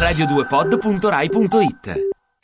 radio2pod.rai.it.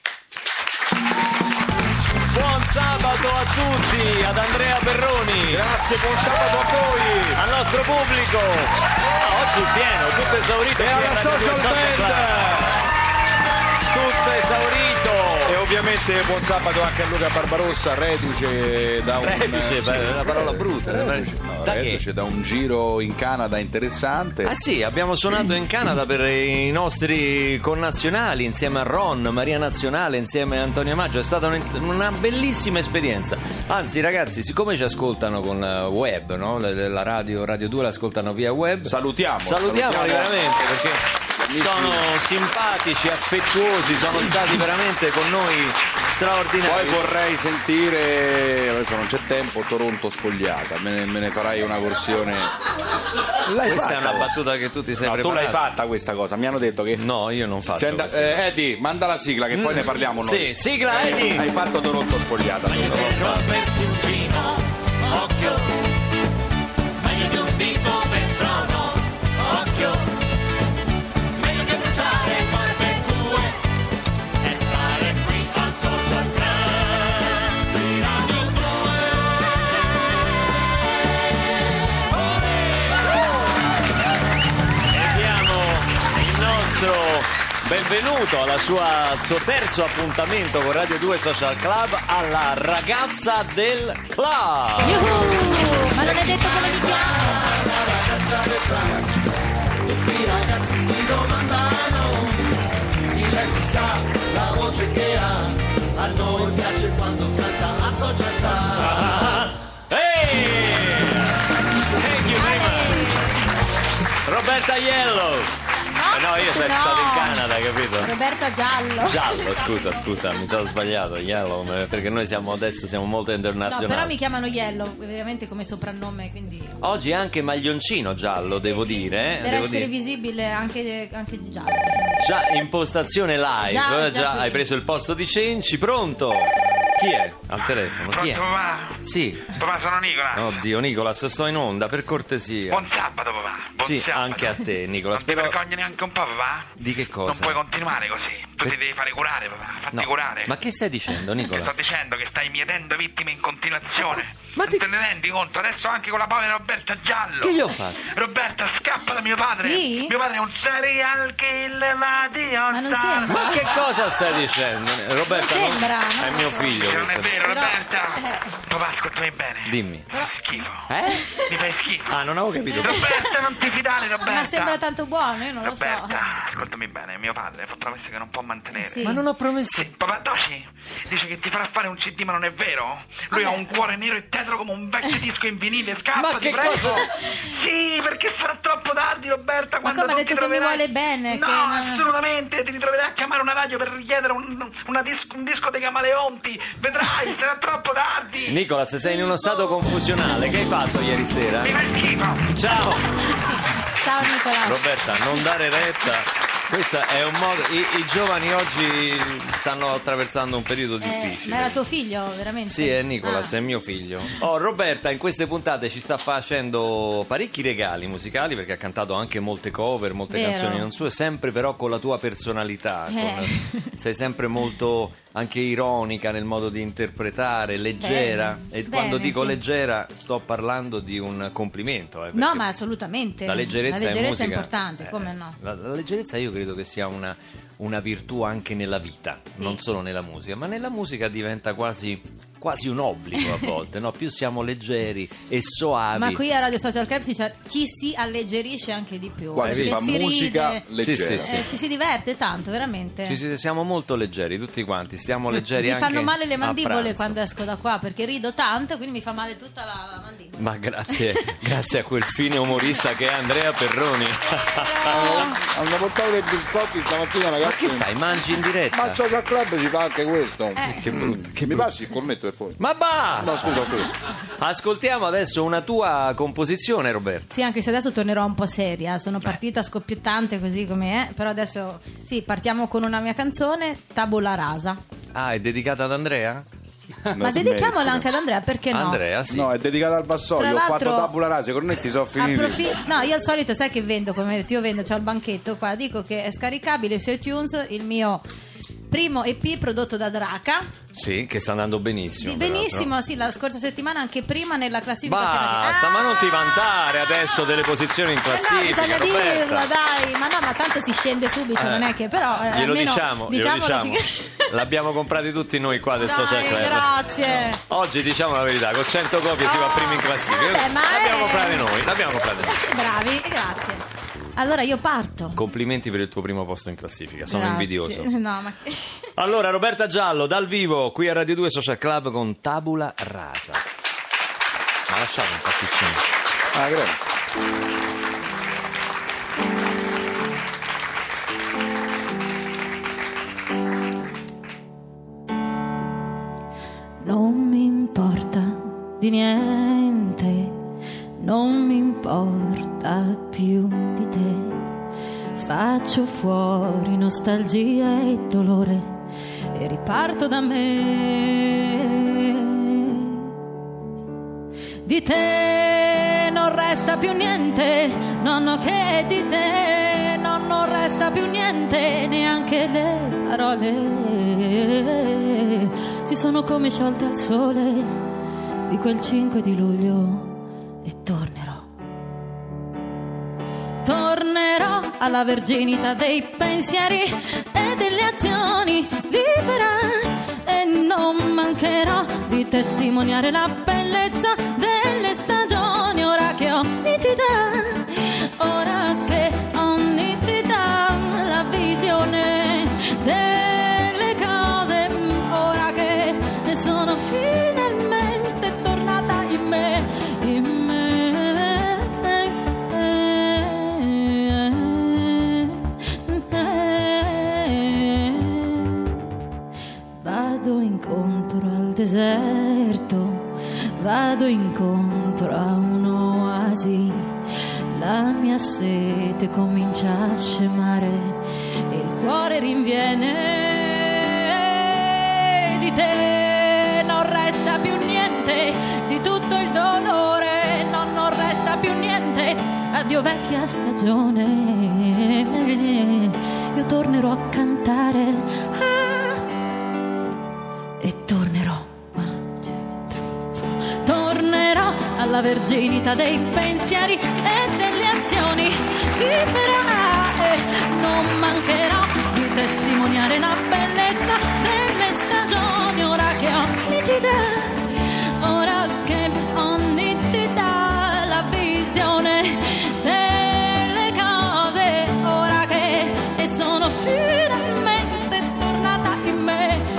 Buon sabato a tutti, ad Andrea Perroni. Grazie, buon sabato a voi. Al nostro pubblico. Oggi pieno, tutto esaurito. E alla Social Band. Tutto esaurito. E ovviamente buon sabato anche a Luca Barbarossa, reduce da un... Reduce, è una parola brutta. Da che? Reduce da un giro in Canada interessante. Ah sì, abbiamo suonato in Canada per i nostri connazionali insieme a Ron, Maria Nazionale, insieme a Antonio Maggio. È stata una bellissima esperienza. Anzi ragazzi, siccome ci ascoltano con la web, no? La Radio 2 l'ascoltano via web. Salutiamoli veramente, perché sono simpatici, affettuosi, sono stati veramente con noi straordinari. Poi vorrei sentire, adesso non c'è tempo, Toronto spogliata, me ne farai una versione. Questa è una battuta che tu ti sei preparato. Tu l'hai fatta questa cosa, mi hanno detto che... No, io non faccio Eddie, manda la sigla che poi ne parliamo noi. Sì, sigla Eddie. Hai fatto Toronto spogliata. Rompersi un gino, occhio, meglio di un dito per trono, occhio, meglio che bruciare barbecue e stare qui al Social Club di Radio 2. E diamo il nostro benvenuto al suo terzo appuntamento con Radio 2 Social Club alla ragazza del club. Yuhu! Ma non hai detto come si chiama? La ragazza del club, tutti i ragazzi si domandano, di lei si sa la voce che ha, a noi piace quando canta al Social Club. Thank you very much. Roberta Yellow. No, io sono stato in Canada, capito? Roberta Giallo. Giallo, scusa, mi sono sbagliato, Yellow, perché noi adesso siamo molto internazionali. No, però mi chiamano Yellow, veramente come soprannome, quindi... Oggi anche maglioncino giallo, devo dire. Per essere visibile anche giallo. Già impostazione live, Già hai preso il posto di Cenci, pronto? Chi è? Al telefono, chi è? Pronto, papà? Sì. Papà, sono Nicolas. Oddio, Nicolas, sto in onda, per cortesia. Buon sabato, papà. Sì, sabato. anche a te, Nicolas. Non ti vergogni neanche un po', papà? Di che cosa? Non puoi continuare così. Tu ti devi fare curare, papà. Fatti curare. Ma che stai dicendo, Ti Nicolas? sto dicendo che stai mietendo vittime in continuazione. Ma non te ne rendi conto? Adesso anche con la povera Roberta Giallo. Che gli ho fatto? Roberta, scappa da mio padre. Sì? Mio padre è un serial killer, Ma non sembra. Ma che cosa stai dicendo? Roberta, Non sembra, no? è mio figlio. Se non è questo. vero, Però- Roberta. Papà, ascoltami bene. Dimmi. Mi fai schifo. Eh? Mi fai schifo. Ah, non avevo capito. Roberta, non ti fidare, Roberta. Ma sembra tanto buono, io non lo so. Roberta, ascoltami bene, mio padre fa promesse che non può mantenere. Sì. Ma non ho promesso. Papà Doci dice che ti farà fare un CD, ma non è vero? Lui Vabbè. ha un cuore nero e tetro come un vecchio disco in vinile. Scappa, Ma ti che prego. cosa? Sì, perché sarà troppo tardi, Roberta. Ma Quando come ha tu detto ti che mi troverai... vuole bene? No, che non- assolutamente. Ti ritroverai a chiamare una radio per richiedere un disco dei Camaleonti. Vedrai, sarà troppo tardi. Nicolas, sei in uno stato confusionale. Che hai fatto ieri sera? Mi fai schifo. Ciao. Ciao Nicolas. Roberta, non dare retta. Questo è un modo. I giovani oggi stanno attraversando un periodo difficile. Ma era tuo figlio, veramente? Sì, è Nicolas, Ah. è mio figlio. Roberta in queste puntate ci sta facendo parecchi regali musicali perché ha cantato anche molte cover, molte Vero. canzoni non sue, sempre però con la tua personalità. Sei sempre molto anche ironica nel modo di interpretare, leggera. Bene. E quando Bene, dico sì. leggera sto parlando di un complimento. No, perché ma assolutamente. la leggerezza in è musica importante, come no? La leggerezza io credo che sia una virtù anche nella vita, Sì. non solo nella musica, ma nella musica diventa quasi un obbligo a volte, no? Più siamo leggeri e soavi. Ma qui a Radio Social Club ci si alleggerisce anche di più. Quasi perché fa si musica ride, leggera. Sì. ci si diverte tanto, veramente. Siamo molto leggeri, tutti quanti, stiamo leggeri Mi anche fanno male le a mandibole pranzo. quando esco da qua perché rido tanto, quindi mi fa male tutta la mandibola. Ma grazie a quel fine umorista che è Andrea Perroni. Hanno portato dei biscotti stamattina, Ma ragazzi. che fai? Mangi in diretta? Ma al Social Club si fa anche questo. Che brutto. Mi passi il cornetto per favore? Ma basta! No, scusa. Ascoltiamo adesso una tua composizione, Roberto. Sì, anche se adesso tornerò un po' seria, sono partita scoppiettante così come è, però adesso sì, partiamo con una mia canzone, Tabula Rasa. Ah, è dedicata ad Andrea? Ma dedichiamola anche ad Andrea, perché no? Andrea, sì. No, è dedicata al Vassoio. Tra Ho fatto l'altro- tabula rasa, i cornetti sono finiti. No, io al solito sai che vendo, come io vendo, c'ho il banchetto qua, dico che è scaricabile su iTunes il mio primo EP prodotto da Draca. Sì, che sta andando benissimo. Benissimo, sì, la scorsa settimana anche prima nella classifica. Basta, ma non ti vantare adesso delle posizioni in No, classifica, bisogna Roberta. dirlo, dai, ma no, ma tanto si scende subito, non è che però Glielo almeno diciamo. diciamolo L'abbiamo comprati tutti noi qua del Dai, Social Club. grazie. Oggi diciamo la verità, con 100 copie si va primi in classifica. Vabbè, ma L'abbiamo comprate noi, l'abbiamo comprate noi. Sì, bravi, grazie. Allora io parto. Complimenti per il tuo primo posto in classifica, sono Grazie. invidioso. No, ma Allora, Roberta Giallo, dal vivo, qui a Radio 2 Social Club con Tabula Rasa. Ma lasciate un pasticcino. Ah, grazie. non mi importa di niente, non mi importa più di te. Faccio fuori nostalgia e dolore e riparto da me. Di te non resta più niente, nonno, che di te non resta più niente, neanche le parole si sono come sciolte al sole di quel 5 di luglio e tornerò alla verginità dei pensieri e delle azioni, libera, e non mancherò di testimoniare la bellezza delle stagioni. Ora che ho nitidità, ora che ho nitidità, la visione delle cose, ora che ne sono finalmente tornata in me, in me. Vado incontro al deserto, vado incontro a un'oasi, la mia sete comincia a scemare e il cuore rinviene. Di te non resta più niente, di tutto il dolore non resta più niente. Addio vecchia stagione, io tornerò a cantare. E tornerò alla verginità dei pensieri e delle azioni, libera, e non mancherò di testimoniare la bellezza delle stagioni. Ora che ho nitidità, ora che ho nitidità, la visione delle cose, ora che ne sono finalmente tornata in me.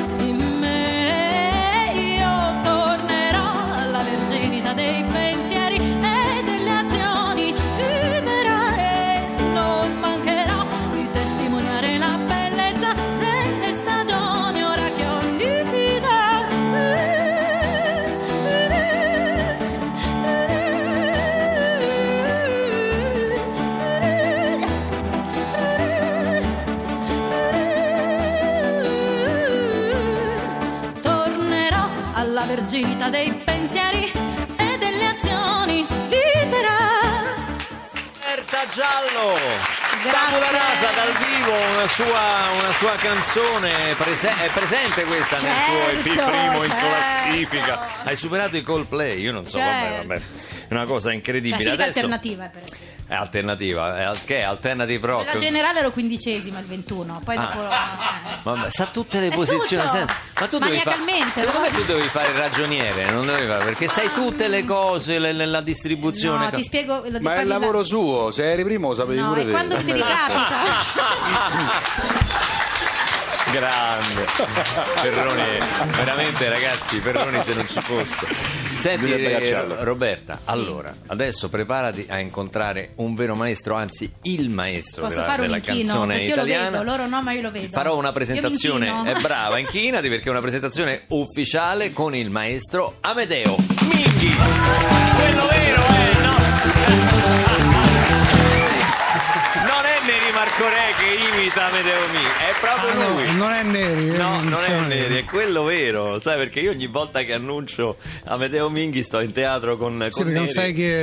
Dei pensieri e delle azioni, libera, e non mancherò di testimoniare la bellezza delle stagioni. Ora che ho nitidità, tornerò alla verginità dei pensieri delle azioni, libera. Roberta Giallo, Grazie. Tabula Rasa dal vivo, una sua canzone è presente questa nel tuo EP primo in certo. classifica. Hai superato i Coldplay, io non so, Certo. vabbè, è una cosa incredibile. Classifica Adesso alternativa, per esempio. è alternativa, che è alternative rock. Nella generale ero 15esima, il 21, poi dopo Vabbè, sa tutte le È posizioni. tutto. Ma tu devi Maniacalmente, secondo no? me tu devi fare il ragioniere, non devi fare, perché sai tutte le cose, la distribuzione. No, ti spiego. Ma è il lavoro suo, se eri primo lo sapevi No, pure è te. quando ti ricapita. Grande Perroni, veramente ragazzi, Perroni se non ci fosse. Senti Bisogna cacciarlo. Roberta, allora adesso preparati a incontrare un vero maestro, anzi il maestro Posso fare un della inchino? canzone Perché io italiana. lo vedo, loro no, ma io lo vedo. Farò una presentazione, Io mi inchino. è brava, inchinati, perché è una presentazione ufficiale con il maestro Amedeo Minghi, quello vero, no? Non è Neri Marco Re che imita Amedeo Minghi, è proprio lui. non è Neri. No, non è Neri, è quello vero, sai, perché io ogni volta che annuncio Amedeo Minghi sto in teatro con perché Neri, non sai che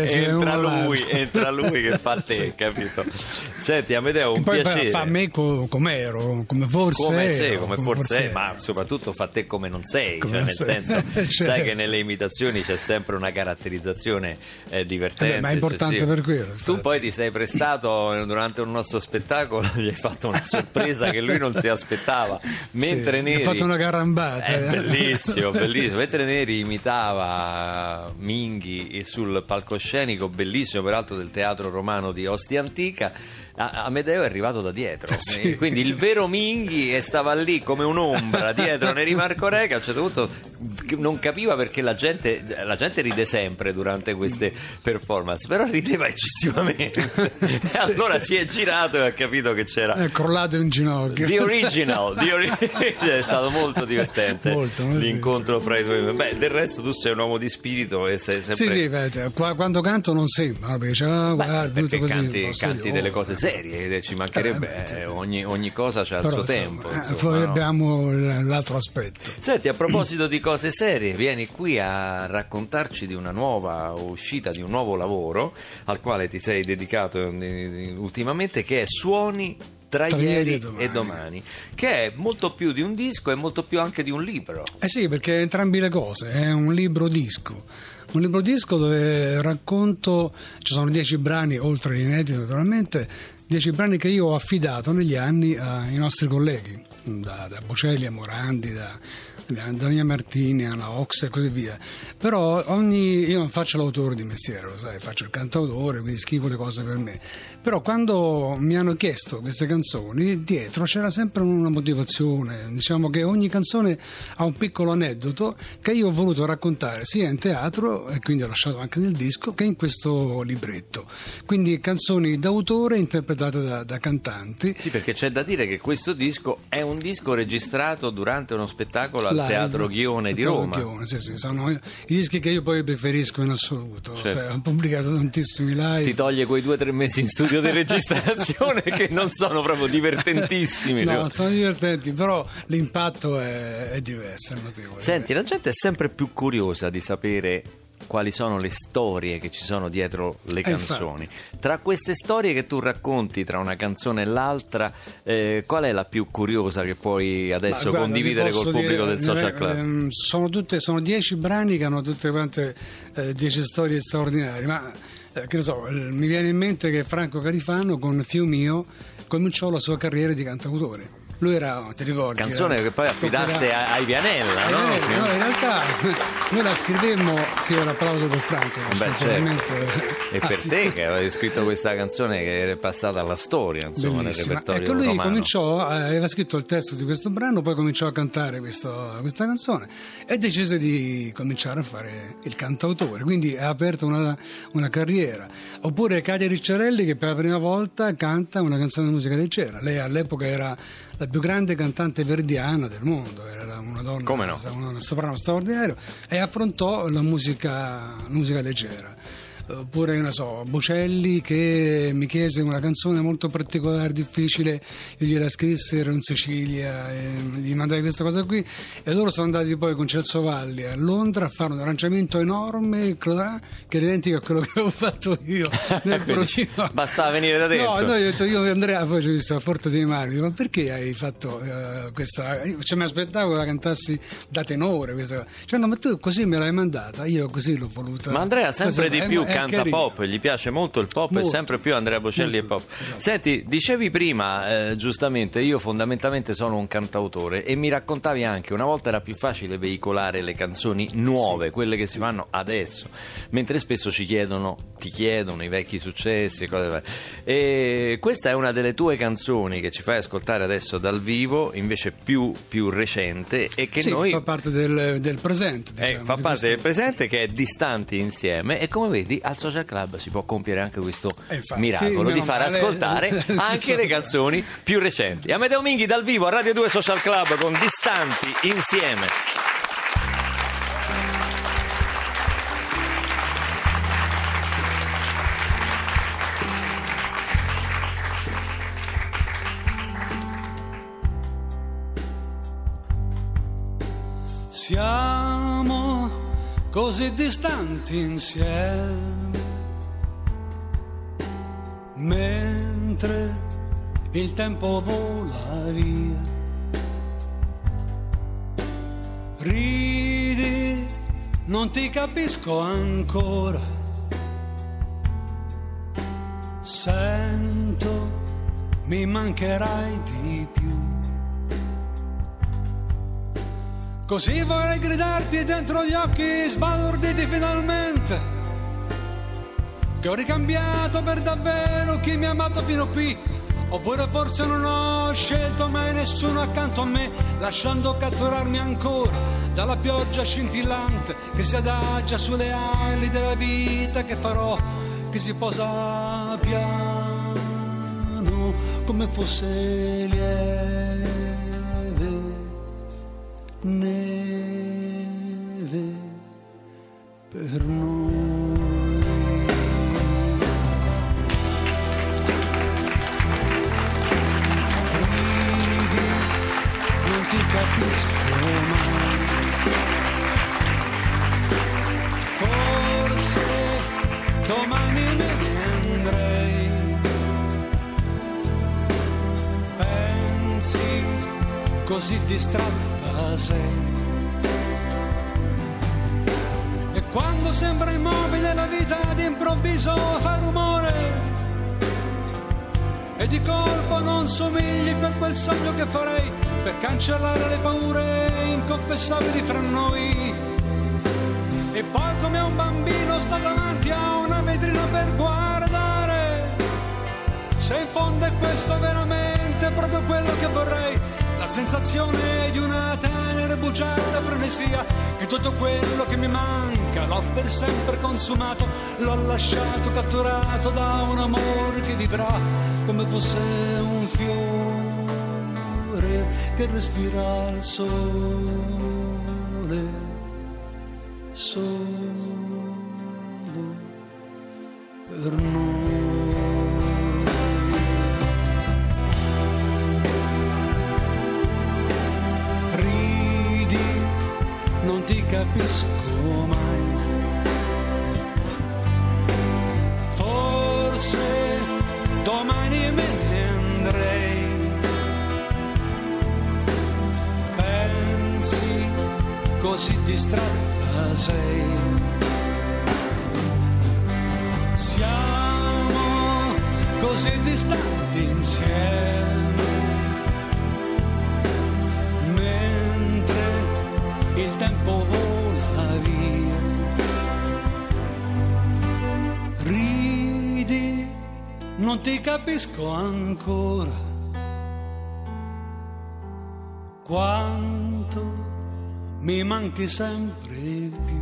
entra lui che fa te, capito? Senti Amedeo, un poi piacere. fa me come ero, come forse Come sei, ero, come forse è, ma soprattutto fa te come non sei, Come cioè, non nel sei. senso, Certo. sai che nelle imitazioni c'è sempre una caratterizzazione divertente. Ma è importante eccessiva. per quello, Tu infatti. poi ti sei prestato durante un nostro spettacolo, gli hai fatto una sorpresa che lui non si aspettava, mentre Sì, Neri ha fatto una garambata. è bellissimo, bellissimo. Mentre Neri imitava Minghi sul palcoscenico, bellissimo peraltro, del Teatro Romano di Ostia Antica, Amedeo è arrivato da dietro, Sì. quindi il vero Minghi stava lì come un'ombra dietro Neri Marco Re, che a un certo punto non capiva perché la gente ride sempre durante queste performance, però rideva eccessivamente. E allora si è girato e ha capito che c'era È crollato in ginocchio. The Original è stato molto divertente Molto l'incontro fra i due. Beh, del resto tu sei un uomo di spirito e sei sempre Sì, quando canto non sembra, perché guarda, perché tutto così, canti delle cose serie, ci mancherebbe, ogni cosa c'ha il però, suo insomma, tempo, insomma, poi no? abbiamo l'altro aspetto. Senti, a proposito di cose serie, vieni qui a raccontarci di una nuova uscita, di un nuovo lavoro al quale ti sei dedicato ultimamente, che è Suoni tra ieri e domani, che è molto più di un disco e molto più anche di un libro. Sì, perché entrambi le cose, è un libro disco. Un libro disco dove racconto, ci sono 10 brani, oltre agli inediti naturalmente, 10 brani che io ho affidato negli anni ai nostri colleghi, da Bocelli a Morandi, da Dania Martini, Anna Ox e così via. Però io non faccio l'autore di mestiere, lo sai, faccio il cantautore, quindi scrivo le cose per me. Però quando mi hanno chiesto queste canzoni, dietro c'era sempre una motivazione, diciamo che ogni canzone ha un piccolo aneddoto che io ho voluto raccontare sia in teatro, e quindi ho lasciato anche nel disco, che in questo libretto. Quindi canzoni d'autore interpretate da cantanti. Sì, perché c'è da dire che questo disco è un disco registrato durante uno spettacolo al Teatro Ghione di Roma. Ghione, sì, sono i dischi che io poi preferisco in assoluto. Certo. Ho pubblicato tantissimi live. Ti toglie quei 2 o 3 mesi in studio di registrazione che non sono proprio divertentissimi. No, sono divertenti, però l'impatto è diverso, è notevole. Senti, la gente è sempre più curiosa di sapere quali sono le storie che ci sono dietro le canzoni. Tra queste storie che tu racconti tra una canzone e l'altra, qual è la più curiosa che puoi adesso condividere col pubblico del Social Club? Sono 10 brani che hanno tutte quante 10 storie straordinarie, ma che ne so, mi viene in mente che Franco Carifano con Fiumio cominciò la sua carriera di cantautore. Lui era, ti ricordi? Canzone che poi affidaste ai Vianella, no? No, in realtà noi la scrivemmo, sì, un applauso per Franco. Certo. E per te che avevi scritto questa canzone che è passata alla storia, insomma, nel repertorio ecco, lui romano. cominciò, aveva scritto il testo di questo brano, poi cominciò a cantare questa canzone e decise di cominciare a fare il cantautore, quindi ha aperto una carriera. Oppure Katia Ricciarelli, che per la prima volta canta una canzone di musica leggera. Lei all'epoca era la più grande cantante verdiana del mondo, era una donna, come no? un soprano straordinario, e affrontò la musica leggera. Oppure, non so, Bocelli, che mi chiese una canzone molto particolare, difficile, io gliela scrissi, ero in Sicilia e gli mandai questa cosa qui, e loro sono andati poi con Celso Valli a Londra a fare un arrangiamento enorme che era identico a quello che avevo fatto io nel provino. Bastava venire da dentro. No, io ho detto, io Andrea, poi ci ho visto a Forte dei Mari, dico, ma perché hai fatto questa? Cioè, mi aspettavo che la cantassi da tenore questa. Cioè, no, ma tu così me l'hai mandata, io così l'ho voluta. Ma Andrea sempre di più canta carino. pop, gli piace molto il pop, Molto. e sempre più Andrea Bocelli Molto, e pop. esatto. Senti, dicevi prima, giustamente, io fondamentalmente sono un cantautore, e mi raccontavi anche, una volta era più facile veicolare le canzoni nuove, quelle che si fanno adesso, mentre spesso ti chiedono i vecchi successi, cose varie. E questa è una delle tue canzoni che ci fai ascoltare adesso dal vivo, invece più recente, e che Sì, noi... fa parte del presente, diciamo, fa di parte del questo. presente, che è Distanti Insieme, e come vedi al Social Club si può compiere anche questo infatti, miracolo di meno far male. ascoltare anche le canzoni più recenti. Amedeo Minghi dal vivo a Radio 2 Social Club con Distanti Insieme. Siamo così distanti insieme, mentre il tempo vola via. Ridi, non ti capisco ancora. Sento, mi mancherai di più. Così vorrei gridarti dentro gli occhi sbalorditi finalmente, che ho ricambiato per davvero chi mi ha amato fino qui. Oppure forse non ho scelto mai nessuno accanto a me, lasciando catturarmi ancora dalla pioggia scintillante che si adagia sulle ali della vita che farò, che si posa piano come fosse lieve neve per noi. Ridi, non ti capisco mai. Forse domani me ne andrei. Pensi, così distratta sei. E quando sembra immobile la vita d'improvviso fa rumore, e di colpo non somigli per quel sogno che farei per cancellare le paure inconfessabili fra noi. E poi come un bambino sto davanti a una vetrina per guardare se in fondo è questo veramente proprio quello che vorrei. La sensazione di una tenera e bugiarda frenesia, che tutto quello che mi manca l'ho per sempre consumato, l'ho lasciato catturato da un amore che vivrà come fosse un fiore che respira il sole, solo per noi. Non ti capisco mai. Forse domani me ne andrei. Pensi, così distratta sei. Siamo così distanti insieme, il tempo vola via. Ridi, non ti capisco ancora. Quanto mi manchi sempre più.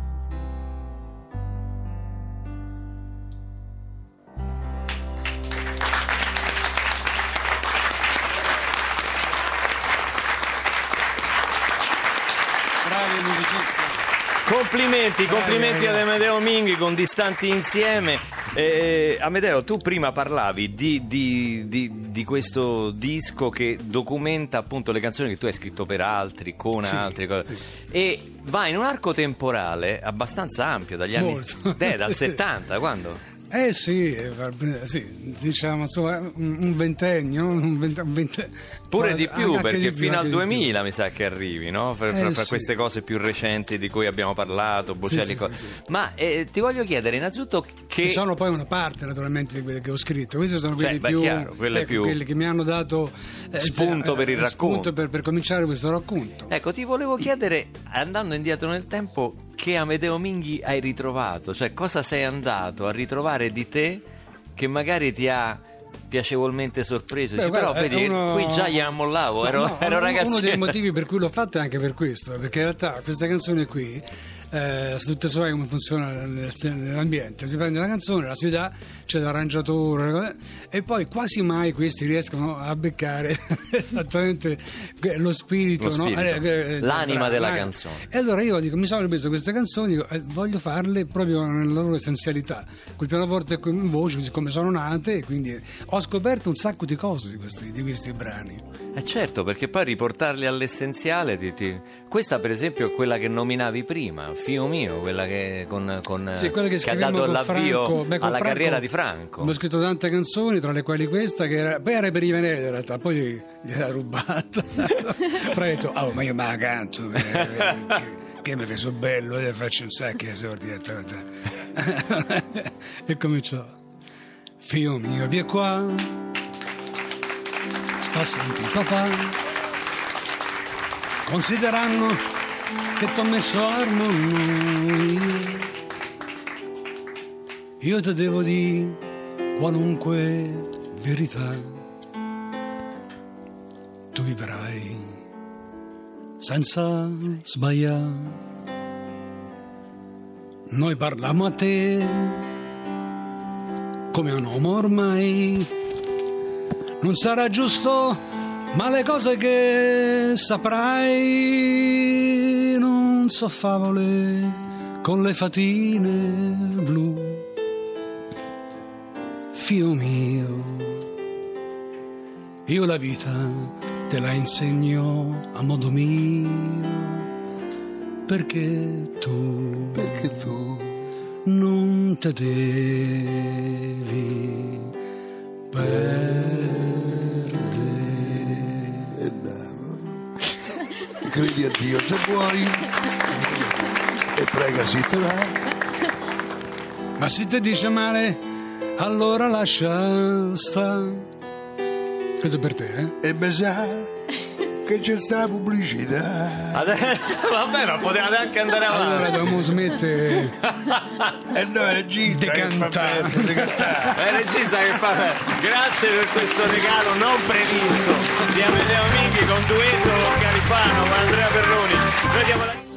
Complimenti ad Amedeo Minghi con Distanti Insieme. Amedeo, tu prima parlavi di questo disco che documenta appunto le canzoni che tu hai scritto per altri, con altri cose. Sì. E va in un arco temporale abbastanza ampio, dagli anni dal 70, quando? Sì, diciamo insomma un ventennio, pure di più, perché fino al 2000 più. Mi sa che arrivi, no? Fra queste cose più recenti di cui abbiamo parlato, Bocelli. Sì. Ma ti voglio chiedere innanzitutto che... Ci sono poi una parte naturalmente di quelle che ho scritto, queste sono quelle più, chiaro, quelle che mi hanno dato spunto per il racconto, per cominciare questo racconto. Ecco, ti volevo chiedere, andando indietro nel tempo, che Amedeo Minghi hai ritrovato? Cioè, cosa sei andato a ritrovare di te che magari ti ha piacevolmente sorpreso? Però vedi, qui già gli ammollavo, ero ragazzino. Uno dei motivi per cui l'ho fatta è anche per questo, perché in realtà questa canzone qui se tutte sai come funziona nell'ambiente, si prende la canzone, la si dà, c'è l'arrangiatore e poi quasi mai questi riescono a beccare esattamente lo spirito, no? L'anima della canzone. E allora io dico, mi sono preso queste canzoni, voglio farle proprio nella loro essenzialità, col pianoforte e con voce, così come sono nate, e quindi ho scoperto un sacco di cose di questi brani. Certo, perché poi riportarli all'essenziale questa per esempio è quella che nominavi prima, Fio mio, quella che Sì, quella che ha dato con l'avvio Franco, con alla Franco carriera di Franco. Abbiamo scritto tante canzoni, tra le quali questa poi era per i Veneti in realtà, poi gliela rubata. Però ho detto, ma io me la canto che mi fai bello, e faccio un sacco di esordi. E cominciò: Fio mio, via qua, sta a sentire papà, considerando che t'ho messo armonia, io te devo dire qualunque verità, tu vivrai senza sbagliare. Noi parliamo a te come un uomo ormai, non sarà giusto, ma le cose che saprai non so favole con le fatine blu. Fio mio, io la vita te la insegno a modo mio, perché tu non te devi credi a Dio se vuoi e prega se te va, ma se ti dice male allora lascia sta. Questo è per te, e mi sa che c'è sta pubblicità. Adesso, vabbè, ma potevate anche andare avanti. Allora dobbiamo smettere E noi regista di che fa cantare. bene, di cantare. Regista che fa. Grazie per questo regalo non previsto di Amedeo Minghi con duetto con Califano, con Andrea Perroni. Noi diamo la...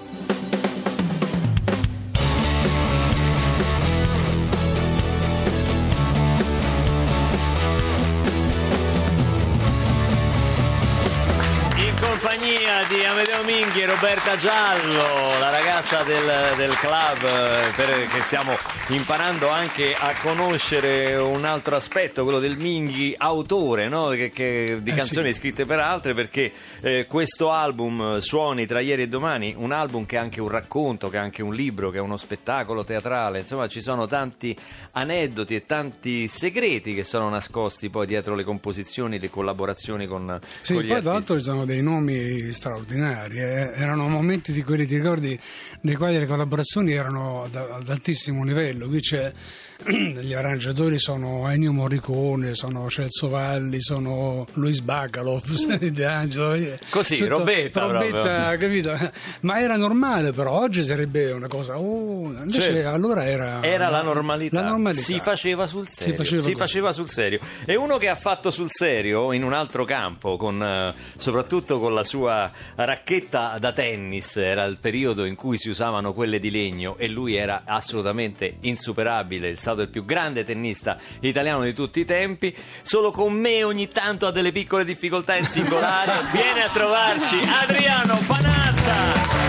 compagnia di Amedeo Minghi e Roberta Giallo, la ragazza del club, che stiamo imparando anche a conoscere un altro aspetto, quello del Minghi autore, no? Che di canzoni scritte per altre, perché questo album Suoni tra ieri e domani, un album che è anche un racconto, che è anche un libro, che è uno spettacolo teatrale, insomma ci sono tanti aneddoti e tanti segreti che sono nascosti poi dietro le composizioni, le collaborazioni con gli poi artisti. tra l'altro ci sono dei nomi straordinari, erano momenti di quelli, ti ricordi, nei quali le collaborazioni erano ad altissimo livello. Qui c'è gli arrangiatori sono Ennio Morricone, sono Celso Valli, sono Luis Bacalov, De Angelo, così, tutto, robetta, capito? Ma era normale, però oggi sarebbe una cosa, invece certo. Allora era la normalità. La normalità. Si faceva sul serio. Si faceva sul serio. E uno che ha fatto sul serio in un altro campo, soprattutto con la sua racchetta da tennis, era il periodo in cui si usavano quelle di legno e lui era assolutamente insuperabile, è stato il più grande tennista italiano di tutti i tempi. Solo con me ogni tanto ha delle piccole difficoltà in singolare. Viene a trovarci Adriano Panatta.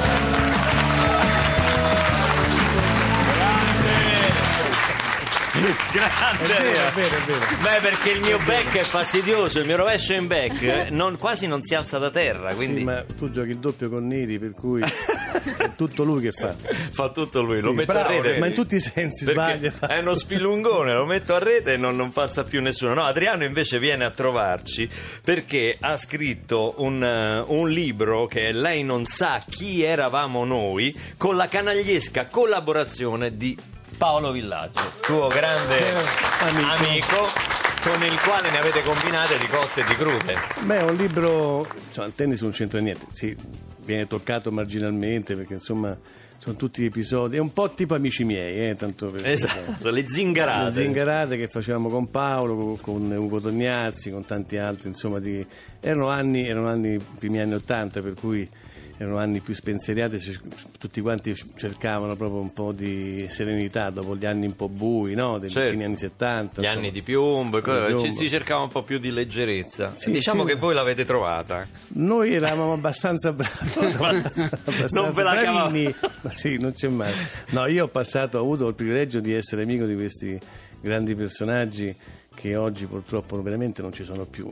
Grande, è vero. Beh, perché il mio back è fastidioso, il mio rovescio in back quasi non si alza da terra, quindi Sì, ma tu giochi il doppio con Neri, per cui è tutto lui che fa. fa tutto lui, lo Sì, metto bravo, a rete, ma in tutti i sensi perché sbaglia. è uno spillungone, lo metto a rete e non passa più nessuno. No, Adriano invece viene a trovarci perché ha scritto un libro che è Lei non sa chi eravamo noi, con la canagliesca collaborazione di Paolo Villaggio, tuo grande amico, con il quale ne avete combinate di cotte e di crude. Beh, è un libro, insomma, il tennis non c'entra niente, sì, viene toccato marginalmente perché insomma sono tutti episodi, è un po' tipo Amici miei, tanto per Esatto, le zingarate. Le zingarate che facevamo con Paolo, con Ugo Tognazzi, con tanti altri, insomma, erano anni, i primi anni '80, per cui erano anni più spensierati, tutti quanti cercavano proprio un po' di serenità dopo gli anni un po' bui, no? Dei Certo. fine anni 70. Gli insomma. anni di piumbo, Piumbo. si cercava un po' più di leggerezza. Sì, Diciamo sì. che voi l'avete trovata. Noi eravamo abbastanza bravi, Non ve la cavate. bravini. Sì, non c'è mai. No, io ho avuto il privilegio di essere amico di questi grandi personaggi che oggi purtroppo veramente non ci sono più.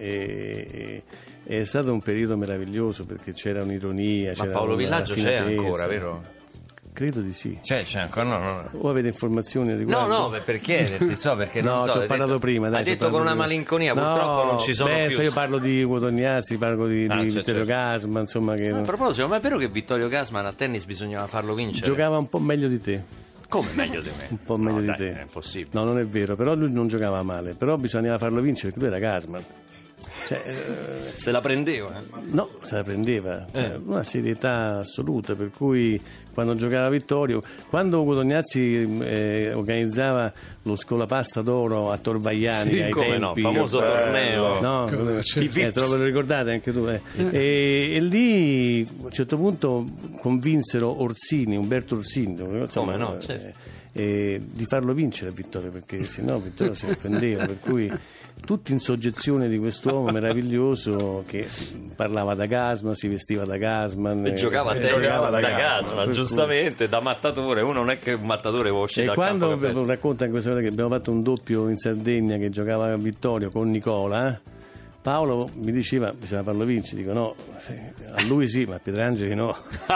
È stato un periodo meraviglioso perché c'era un'ironia. Ma c'era Paolo una Villaggio c'è raffinatezza. ancora, vero? Credo di sì. C'è ancora, no. O avete informazioni al No, riguardo? no, per chiederti, so, perché No, non so. ci ho hai parlato detto- prima. Dai, hai ci ho detto con parlato una prima. malinconia, No, purtroppo non ci sono più. Io parlo di Ugo Tognazzi, parlo di c'è, Vittorio certo. Gassman, insomma, che A proposito, ma è vero che Vittorio Gassman a tennis bisognava farlo vincere? giocava un po' meglio di te. Come meglio di me? Un po' meglio No, di dai, te. È impossibile. No, non è vero, però lui non giocava male, però bisognava farlo vincere perché lui era Gassman. Se la prendeva. No, se la prendeva, una serietà assoluta, per cui quando giocava Vittorio, quando Ugo Tognazzi organizzava lo Scolapasta d'Oro a Torvagliani Sì, ai come tempi, no, famoso torneo. No, Come c'è. te lo ricordate anche tu? E lì a un certo punto convinsero Orsini, Umberto Orsini, insomma, Come no, certo. di farlo vincere a Vittorio, perché sennò Vittorio si offendeva, per cui tutti in soggezione di quest'uomo meraviglioso che parlava da Gassman, si vestiva da Gassman E giocava a tennis giocava da da Gassman, per cui- giustamente, da mattatore. Uno non è che un mattatore può uscire E dal quando campo. che racconta questa cosa che abbiamo fatto un doppio in Sardegna che giocava a Vittorio con Nicola, Paolo mi diceva bisogna farlo vincere, dico no, a lui sì, ma a Pietrangeli no.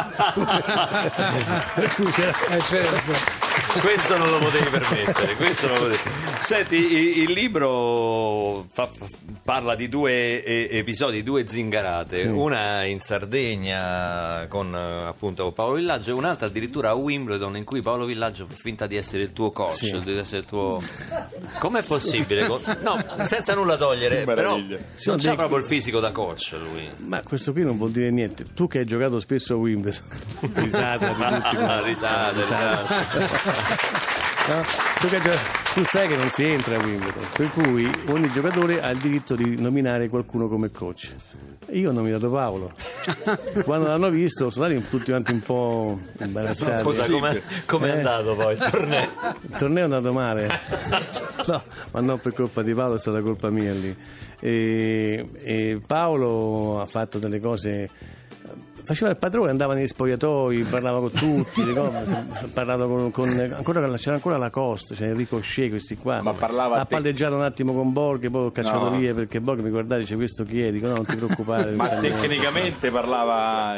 Per cui c'era- Certo. Questo non lo potevi permettere, questo non lo potevi. Senti, il libro parla di due episodi, due zingarate, Sì. una in Sardegna con appunto Paolo Villaggio e un'altra addirittura a Wimbledon in cui Paolo Villaggio fa finta di essere il tuo coach, Sì. di essere il tuo... Com'è possibile? No, senza nulla togliere, Che però meraviglia. non c'ha dei- proprio il fisico da coach lui. Ma questo qui non vuol dire niente. Tu che hai giocato spesso a Wimbledon, risata di tutti. Risate. No? Tu sai che non si entra a Wimbledon, per cui ogni giocatore ha il diritto di nominare qualcuno come coach. Io ho nominato Paolo. Quando l'hanno visto sono stati tutti quanti un po' imbarazzati. Scusa, com'è andato poi il torneo? Il torneo è andato male. No, ma non per colpa di Paolo, è stata colpa mia lì. E Paolo ha fatto delle cose. Faceva il padrone, andava nei spogliatoi, parlava con tutti, parlava c'era ancora la Costa, c'era Enrico Scee, questi qua. Ma parlava a ha te? palleggiato un attimo con Borghi, poi l'ho cacciato No. via perché Borghi mi guardava e dice questo chi è? Dico no, non ti preoccupare. Ma non fa niente. tecnicamente parlava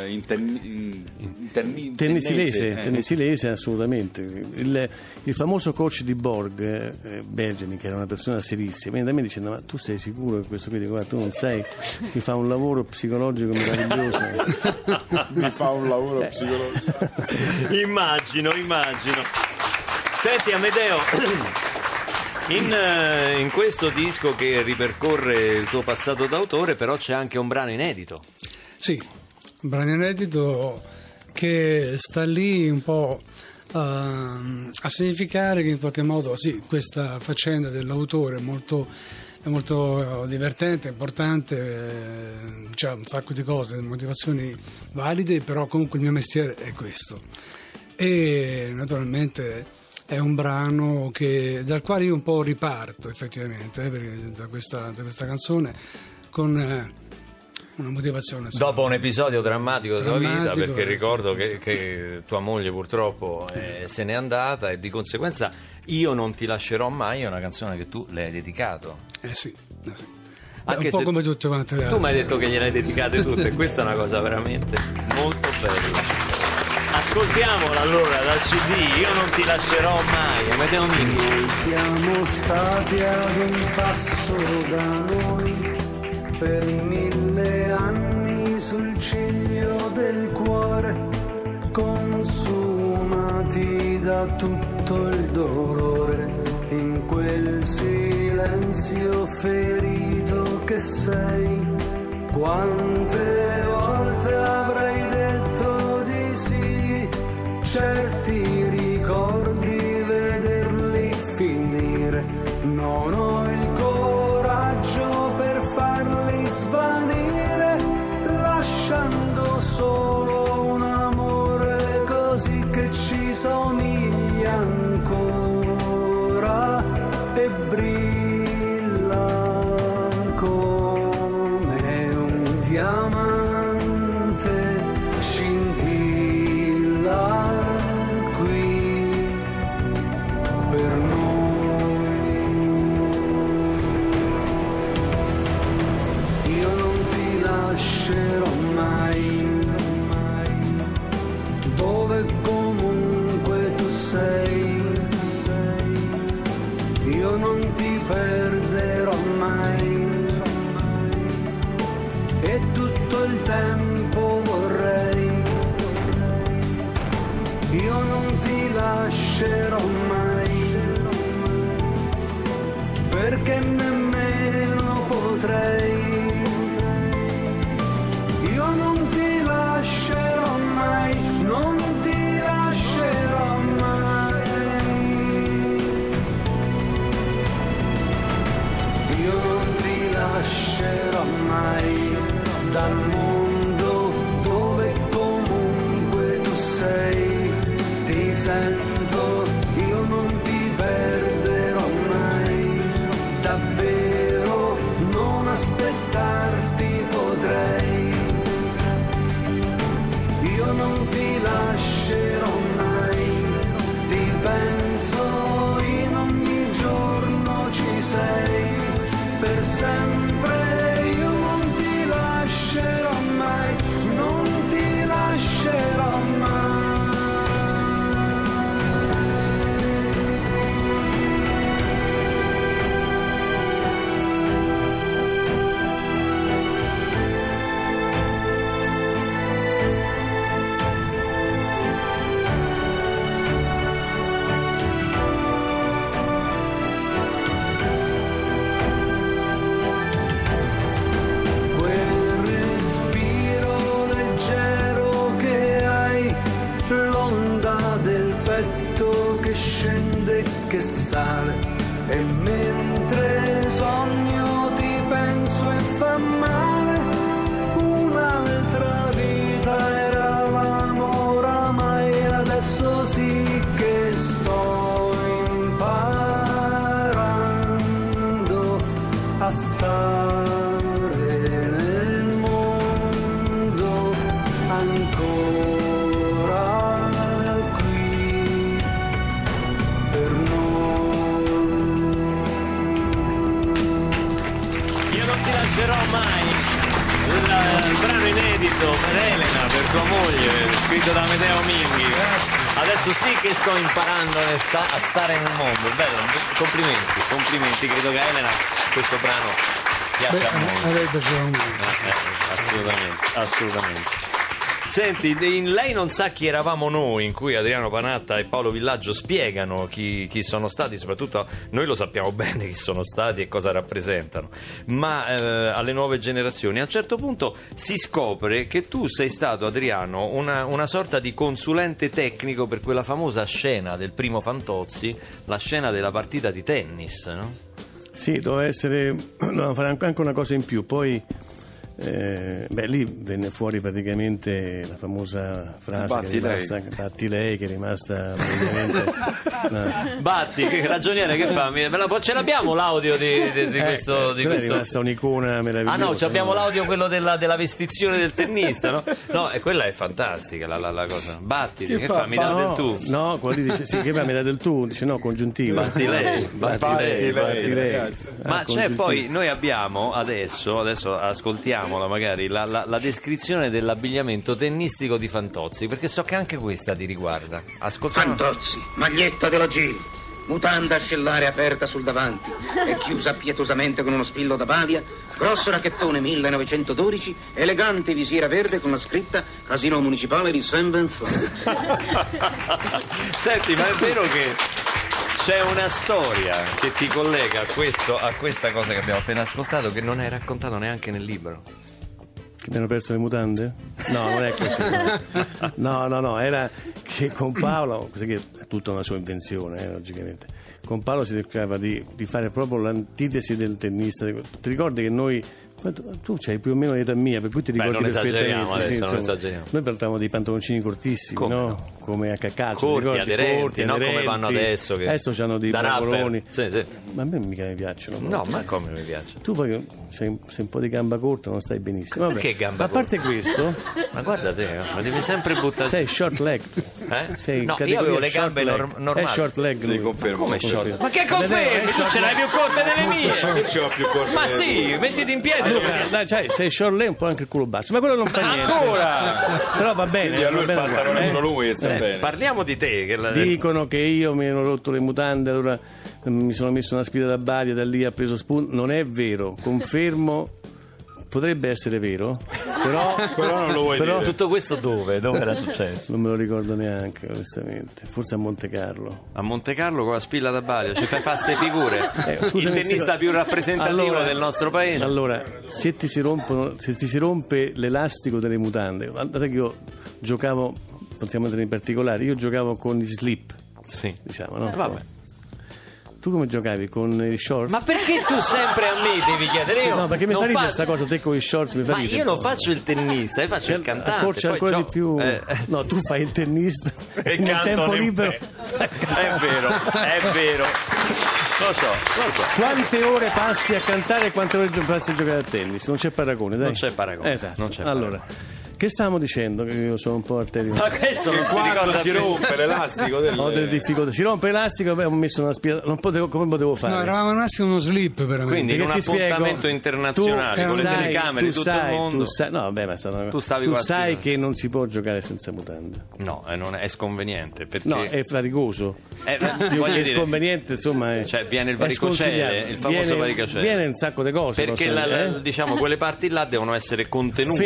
Tennisilese assolutamente. Il famoso coach di Borg, Bergeni, che era una persona serissima, viene da me dicendo ma tu sei sicuro che questo qui? Dico, guarda, tu non sai, mi fa un lavoro psicologico meraviglioso. mi fa un lavoro psicologico. Immagino. Senti Amedeo, in questo disco che ripercorre il tuo passato d'autore però c'è anche un brano inedito. Sì, un brano inedito che sta lì un po' a significare che in qualche modo sì, questa faccenda dell'autore è molto divertente, importante, c'è un sacco di cose, motivazioni valide, però comunque il mio mestiere è questo. E naturalmente è un brano dal quale io un po' riparto effettivamente, perché da questa canzone con una motivazione. insomma. Dopo un episodio drammatico della tua vita, Drammatico, perché ricordo sì. che tua moglie purtroppo se n'è andata e di conseguenza Io non ti lascerò mai è una canzone che tu le hai dedicato. Sì. Anche un po' se come tutte quante le tu mi hai detto che gliele hai dedicate tutte e questa è una cosa veramente molto bella. Ascoltiamola allora dal CD Io non ti lascerò mai. Amedeo Minghi. Noi siamo stati ad un passo da noi per 1000 anni sul ciglio del cuore, consumati da tutto il dolore, in quel silenzio ferito che sei. Quante volte avrai detto di sì, certi ricordi vederli finire, non ho il coraggio per farli svanire, lasciando perderò mai. E tutto il tempo vorrei, io non ti lascerò mai, perché nemmeno potrei. Io non ti lascerò mai, non ti lascerò mai. Io non ti lascerò mai dal mondo dove comunque tu sei. Ti sento, io non ti perderò mai. Davvero non aspettarti potrei. Io non ti lascerò mai, ti penso in ogni giorno ci sei, per sempre io non ti lascerò mai, non ti lascerò mai. Che sale, e mentre sogno ti penso e fa male. Un'altra vita eravamo oramai, adesso sì che sto imparando a stare nel mondo ancora. Mai il brano inedito per Elena, per tua moglie, scritto da Amedeo Minghi. Adesso sì che sto imparando a stare nel mondo. Bello, complimenti, credo che a Elena questo brano piaccia molto. A lei piaceva molto. Assolutamente. Senti, in Lei non sa chi eravamo noi, in cui Adriano Panatta e Paolo Villaggio spiegano chi sono stati, soprattutto noi lo sappiamo bene chi sono stati e cosa rappresentano, ma alle nuove generazioni a un certo punto si scopre che tu sei stato, Adriano, una sorta di consulente tecnico per quella famosa scena del primo Fantozzi, la scena della partita di tennis, no? Sì, doveva fare anche una cosa in più, poi lì venne fuori praticamente la famosa frase batti lei, che è rimasta praticamente Batti, che ragioniere, che fa? Ce l'abbiamo l'audio di questo? È rimasta un'icona meravigliosa. Ah no, abbiamo l'audio, quello della vestizione del tennista, no? No, e quella è fantastica la cosa. Batti, che fa? Mi dà del tu? No, quello lì dice sì, che fa? Mi dà del tu? Dice no, congiuntivo. Batti lei. Ma c'è poi, noi abbiamo adesso ascoltiamo magari la descrizione dell'abbigliamento tennistico di Fantozzi, perché so che anche questa ti riguarda. Ascoltiamo. Fantozzi, maglietta della Gil, mutanda ascellare aperta sul davanti e chiusa pietosamente con uno spillo da Badia, grosso racchettone 1912, elegante visiera verde con la scritta Casino Municipale di Saint-Vincent. Senti, ma è vero che c'è una storia che ti collega a questa cosa che abbiamo appena ascoltato, che non hai raccontato neanche nel libro? Che mi hanno perso le mutande? No, non è così. No, era che con Paolo, così che è tutta una sua invenzione, logicamente. Con Paolo si cercava di fare proprio l'antitesi del tennista. Ti ricordi che noi, tu c'hai più o meno l'età mia, per cui ti ricordi perfettamente. Adesso, non esageriamo. Noi portavamo dei pantaloncini cortissimi, come no? No? Come a calcio, corti, aderenti, non come vanno adesso. Adesso c'hanno dei pantaloni. Sì. Ma a me mica mi piacciono. No, ma come mi piacciono? Tu poi sei un po' di gamba corta, non stai benissimo. Perché gamba corta? A parte questo, ma guarda te, ma devi sempre buttare. Sei short leg. Sei No, io categoria avevo le short gambe leg. normali. È short leg. Sì, lui. confermo. Come confermo. short? Ma che confermi? Tu ce l'hai più corte delle mie. Che ce l'ho più corte? Ma sì, mettiti in piedi. Luca, dai, sei short leg, un po' anche il culo basso, ma quello non fa niente. Ancora! Però va bene. Quindi a lui va il bene pantalone uguale, è uno lui e sta bene. Parliamo di te. Che Dicono che io mi ero rotto le mutande, allora mi sono messo una spina da Bari, da lì ha preso spunto. Non è vero, confermo. Potrebbe essere vero, Però non lo vuoi dire. Tutto questo dove? Dove era successo? non me lo ricordo neanche, onestamente. Forse a Monte Carlo. A Monte Carlo con la spilla da Baglio, ci fai ste figure? Il scusami, tennista più rappresentativo del nostro paese. Allora, se ti si rompe l'elastico delle mutande, guardate che io giocavo, possiamo entrare in particolare, io giocavo con gli slip, Sì. diciamo, no? Vabbè. Tu come giocavi? Con i shorts? Ma perché tu sempre a me devi chiedere? Io No, perché mi fa non ridere faccio- questa cosa, te con i shorts mi fa Ma ridere. io non faccio il tennista, io faccio il cantante. Accorci poi ancora di gioco. più. No, tu fai il tennista E nel canto tempo nel- libero. È vero. Lo so. Quante ore passi a cantare e quante ore passi a giocare a tennis? Non c'è paragone, dai. Non c'è paragone. Esatto. Non c'è allora, che stavamo dicendo? Che io sono un po' arterio. Ma questo non si Quando ricorda si più. rompe l'elastico del... Ho delle difficoltà. Si rompe l'elastico, beh, ho messo una spina. Non potevo, come potevo fare? No, eravamo rimasti uno slip veramente. Quindi in Perché un ti spiego, appuntamento internazionale tu con le sai- telecamere di tu tutto sai- il mondo. Tu sai, no, vabbè, ma Tu stavi tu qua a sai scrivere. che non si può giocare senza mutande. No, non è sconveniente perché No, è faticoso. Più voglio che dire, sconveniente, insomma, cioè viene il è varicocele, sconsigliato. il famoso varicocele. Viene un sacco di cose. perché posso dire, diciamo quelle parti là devono essere contenute.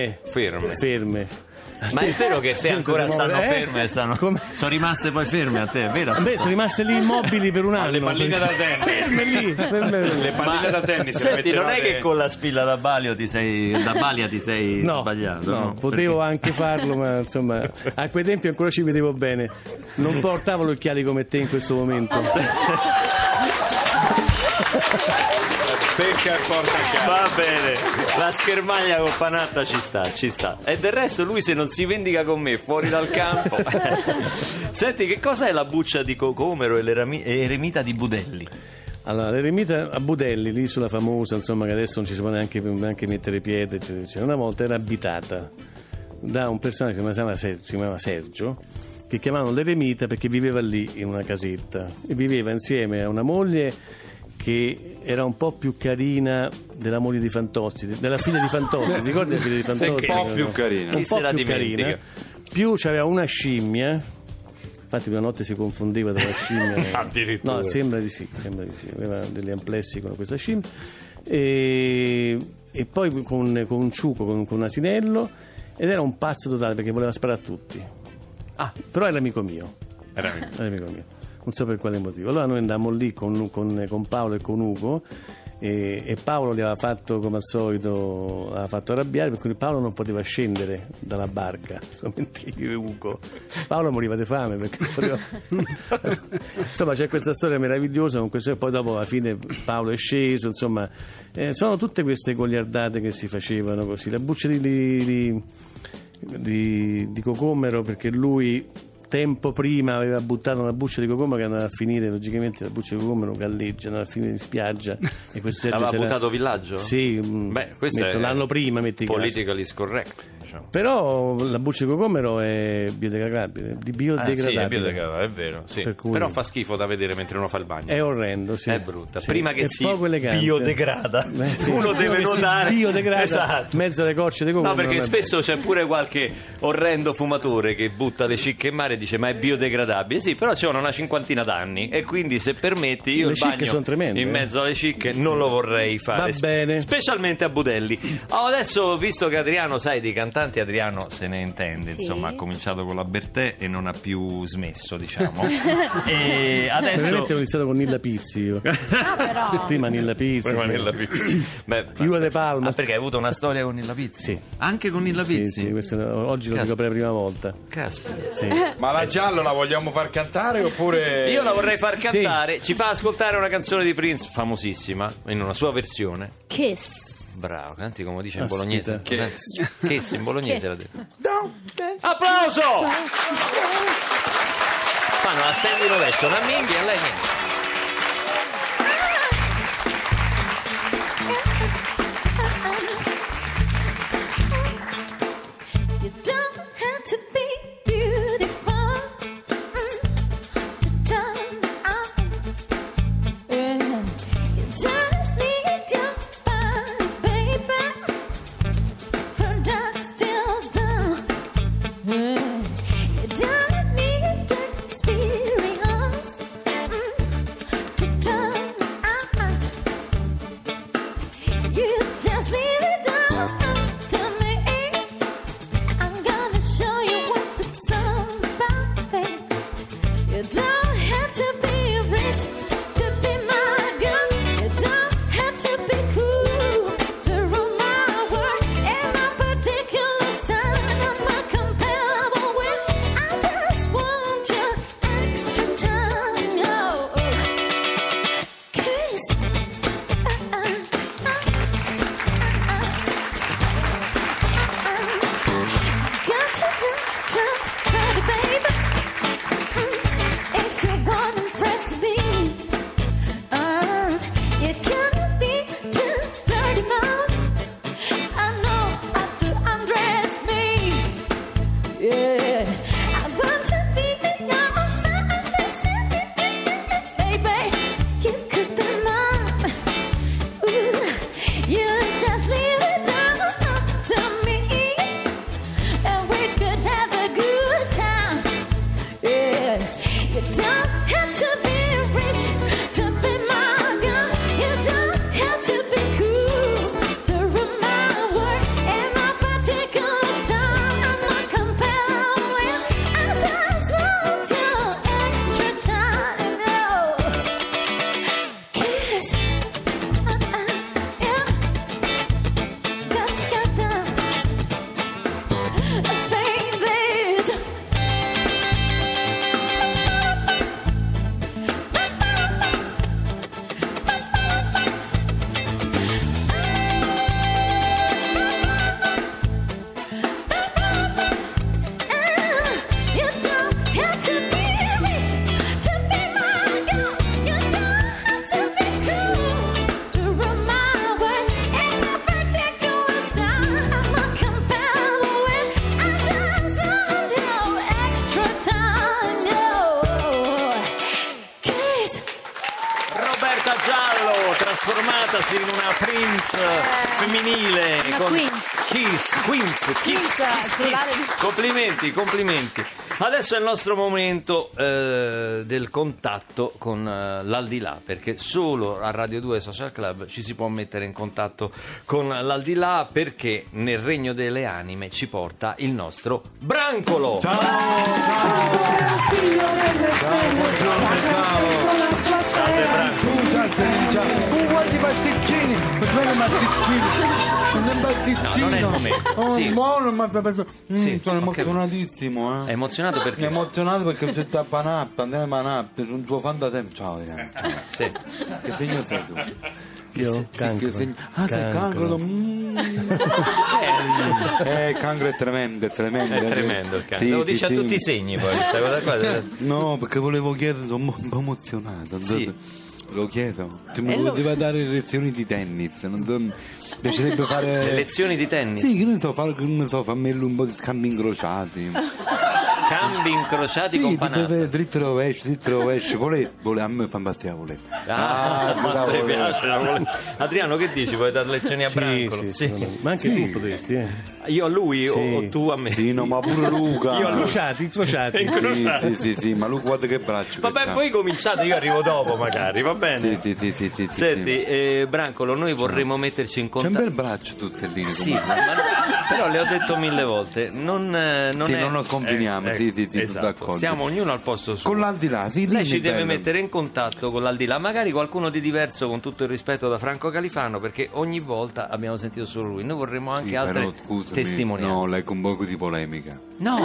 Ferme. Ma è vero che te Senti, ancora siamo- stanno ferme? Come? Sono rimaste poi ferme a te, vero? Beh, sono rimaste lì immobili per un anno. le palline da tennis. Ferme lì. Le palline da tennis le Senti, non è mettevate- che con la spilla da Balia ti sei No, sbagliato? no, No, potevo anche farlo, ma insomma, a quei tempi ancora ci vedevo bene. Non portavo gli occhiali come te in questo momento. Pecca e porta a casa. Va bene, la schermaglia con Panatta ci sta. E del resto lui se non si vendica con me fuori dal campo. Senti, che cosa è la buccia di Cocomero e l'eremita di Budelli? Allora, l'eremita a Budelli, l'isola famosa, insomma, che adesso non ci si può neanche mettere piede, eccetera. Una volta era abitata da un personaggio che si chiamava Sergio, che chiamavano l'eremita perché viveva lì in una casetta e viveva insieme a una moglie che era un po' più carina della moglie di Fantozzi, della figlia di Fantozzi, ti ricordi la figlia di Fantozzi? Un po' più carina. Un Chi se po' la più dimentica? carina. Più c'aveva una scimmia, infatti una notte si confondeva dalla scimmia. Addirittura. No, sembra di sì, aveva degli amplessi con questa scimmia. E poi con un ciuco, con un asinello, ed era un pazzo totale perché voleva sparare a tutti. Però era amico mio. Era amico mio. Non so per quale motivo. Allora noi andammo lì con Paolo e con Ugo e Paolo gli aveva fatto, come al solito, aveva fatto arrabbiare, per cui Paolo non poteva scendere dalla barca, mentre io e Ugo. Paolo moriva di fame perché non poteva... Insomma, c'è questa storia meravigliosa con questo, e poi dopo alla fine Paolo è sceso, insomma, sono tutte queste goliardate che si facevano così. La buccia di Cocomero, perché lui tempo prima aveva buttato una buccia di Cocomero che andava a finire, logicamente la buccia di Cocomero galleggia, andava a finire in spiaggia e questo Sergio Aveva buttato Villaggio? Sì, questo è l'anno prima, metti caso. politically scorrect, diciamo. Però la buccia di Cocomero è biodegradabile, Sì, è biodegradabile. biodegradabile, è vero, sì. Per cui- Però fa schifo da vedere mentre uno fa il bagno. È orrendo, sì. È brutta. Sì. Prima che È si poco elegante. biodegrada. Sì. Uno Prima deve che si notare. biodegrada Esatto. mezzo alle cocce di Cocomero. No, perché non è spesso c'è pure qualche orrendo fumatore che butta le cicche in mare e dice ma è biodegradabile. Sì, però c'è una cinquantina d'anni e quindi se permetti io Le il cicche bagno sono tremende, in mezzo alle cicche non lo vorrei fare. Va bene. Specialmente a Budelli. Adesso, visto che Adriano, sai, di cantanti Adriano se ne intende, insomma, ha cominciato con la Bertè e non ha più smesso, diciamo. E adesso Veramente ho iniziato con Nilla Pizzi io. Però Prima Nilla Pizzi. Prima sì. Nilla Pizzi. Beh, Iuda De Palma. perché hai avuto una storia con Nilla Pizzi? Sì. Anche con Nilla Sì, Pizzi? sì, questo oggi lo dico per la prima volta. Caspita. Sì. Ma la giallo la vogliamo far cantare oppure... Io la vorrei far cantare. Ci fa ascoltare una canzone di Prince famosissima in una sua versione. Kiss. Bravo, canti come dice in Aspetta. bolognese. Kiss in bolognese l'ha detto. Applauso! Fanno la stand di rovescio, una minchia e lei niente. You don't have to be beautiful Roberta Giallo, trasformatasi in una Prince femminile. Una con Queens. Queens. Complimenti. Adesso è il nostro momento del contatto con l'aldilà, perché solo a Radio 2 Social Club ci si può mettere in contatto con l'aldilà, perché nel regno delle anime ci porta il nostro Brancolo. Salve Brancolo. Guardi i pasticcini, No, non è il momento. Sì. buono, ma Sì, sono ho capito. emozionatissimo, È emozionato Mi è perché? emozionato perché c'è da Panappa, andiamo a Panappa, sono tuo fan da tempo. Ciao, ciao. Sì. Che segno sei tu? Io? Cancro. Sei cancro. Cancro è tremendo, è tremendo. È tremendo il cane. Sì, Lo sì, dice a sì. tutti i segni poi questa cosa qua. No, perché volevo chiedere, sono un po' emozionato. Sì. Lo chiedo. Se mi poteva dare lezioni di tennis, mi piacerebbe fare Le lezioni di tennis. Sì, che ne so, fammi un po' di scambi incrociati. Cambi incrociati Sì, con tipo Panappa. dritto rovescio. Vole, a me fa impazzire volere. Ma ti piace la vole- Adriano, che dici? Vuoi dare lezioni a Brancolo? Sì. Ma anche tu potresti, Io a lui Sì. o tu a me? Sì, no, ma pure Luca. Io a lui. Incrociati. Sì, ma Luca guarda che braccio. Vabbè, che c'ha. voi cominciate, io arrivo dopo magari, va bene? Sì. Senti, Brancolo, noi vorremmo metterci in C'è un bel contatto. braccio tu Stellini. Sì, però le ho detto 1000 volte, non non sconfiniamo, sì, esatto. d'accordo. Siamo ognuno al posto suo. Con l'aldilà, sì, Lei dimmi, ci deve bello. mettere in contatto con l'aldilà, magari qualcuno di diverso, con tutto il rispetto da Franco Califano, perché ogni volta abbiamo sentito solo lui. Noi vorremmo anche Sì, altre però, scusami, testimonianze. No, leggo un po' di polemica. No.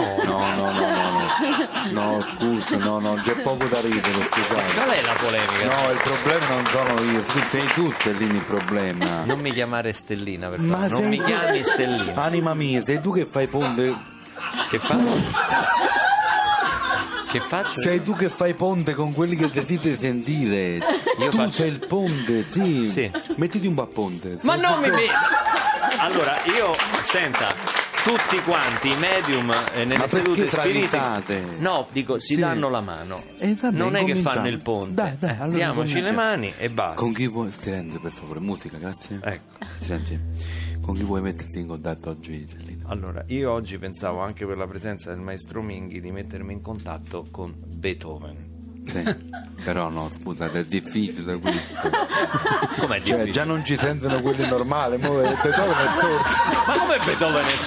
No, scusa, no, c'è poco da ridere, scusate. Qual è la polemica? No, il problema non sono io, sei tu Stellini il problema. Non mi chiamare Stellina, per Ma favore. Non sei mi tu- chiami Stellina. Anima mia, sei tu che fai ponte. Che faccio? Che faccio? Sei tu che fai ponte con quelli che desideri sentire. Tu faccio- sei il ponte, sì. Sì. Mettiti un po' a ponte. Ma Sei non tu mi che- vedi. Allora, io, senta, tutti quanti i medium nelle Ma perché sedute spiritiche. travisate? No, dico, si Sì. danno la mano. Vabbè, Non è che cominciamo. fanno il ponte. Dai, allora Diamoci le cominciamo. mani e basta. Con chi vuoi. Silenzio, per favore, musica, grazie. Ecco. Silenzio. Con chi vuoi metterti in contatto oggi, Stellino? Allora, io oggi pensavo, anche per la presenza del maestro Minghi, di mettermi in contatto con Beethoven. Sì. Però no, scusate, è difficile questo. Com'è Cioè, difficile? già non ci sentono quelli normali, mo Beethoven è sordo. Ma come Beethoven è...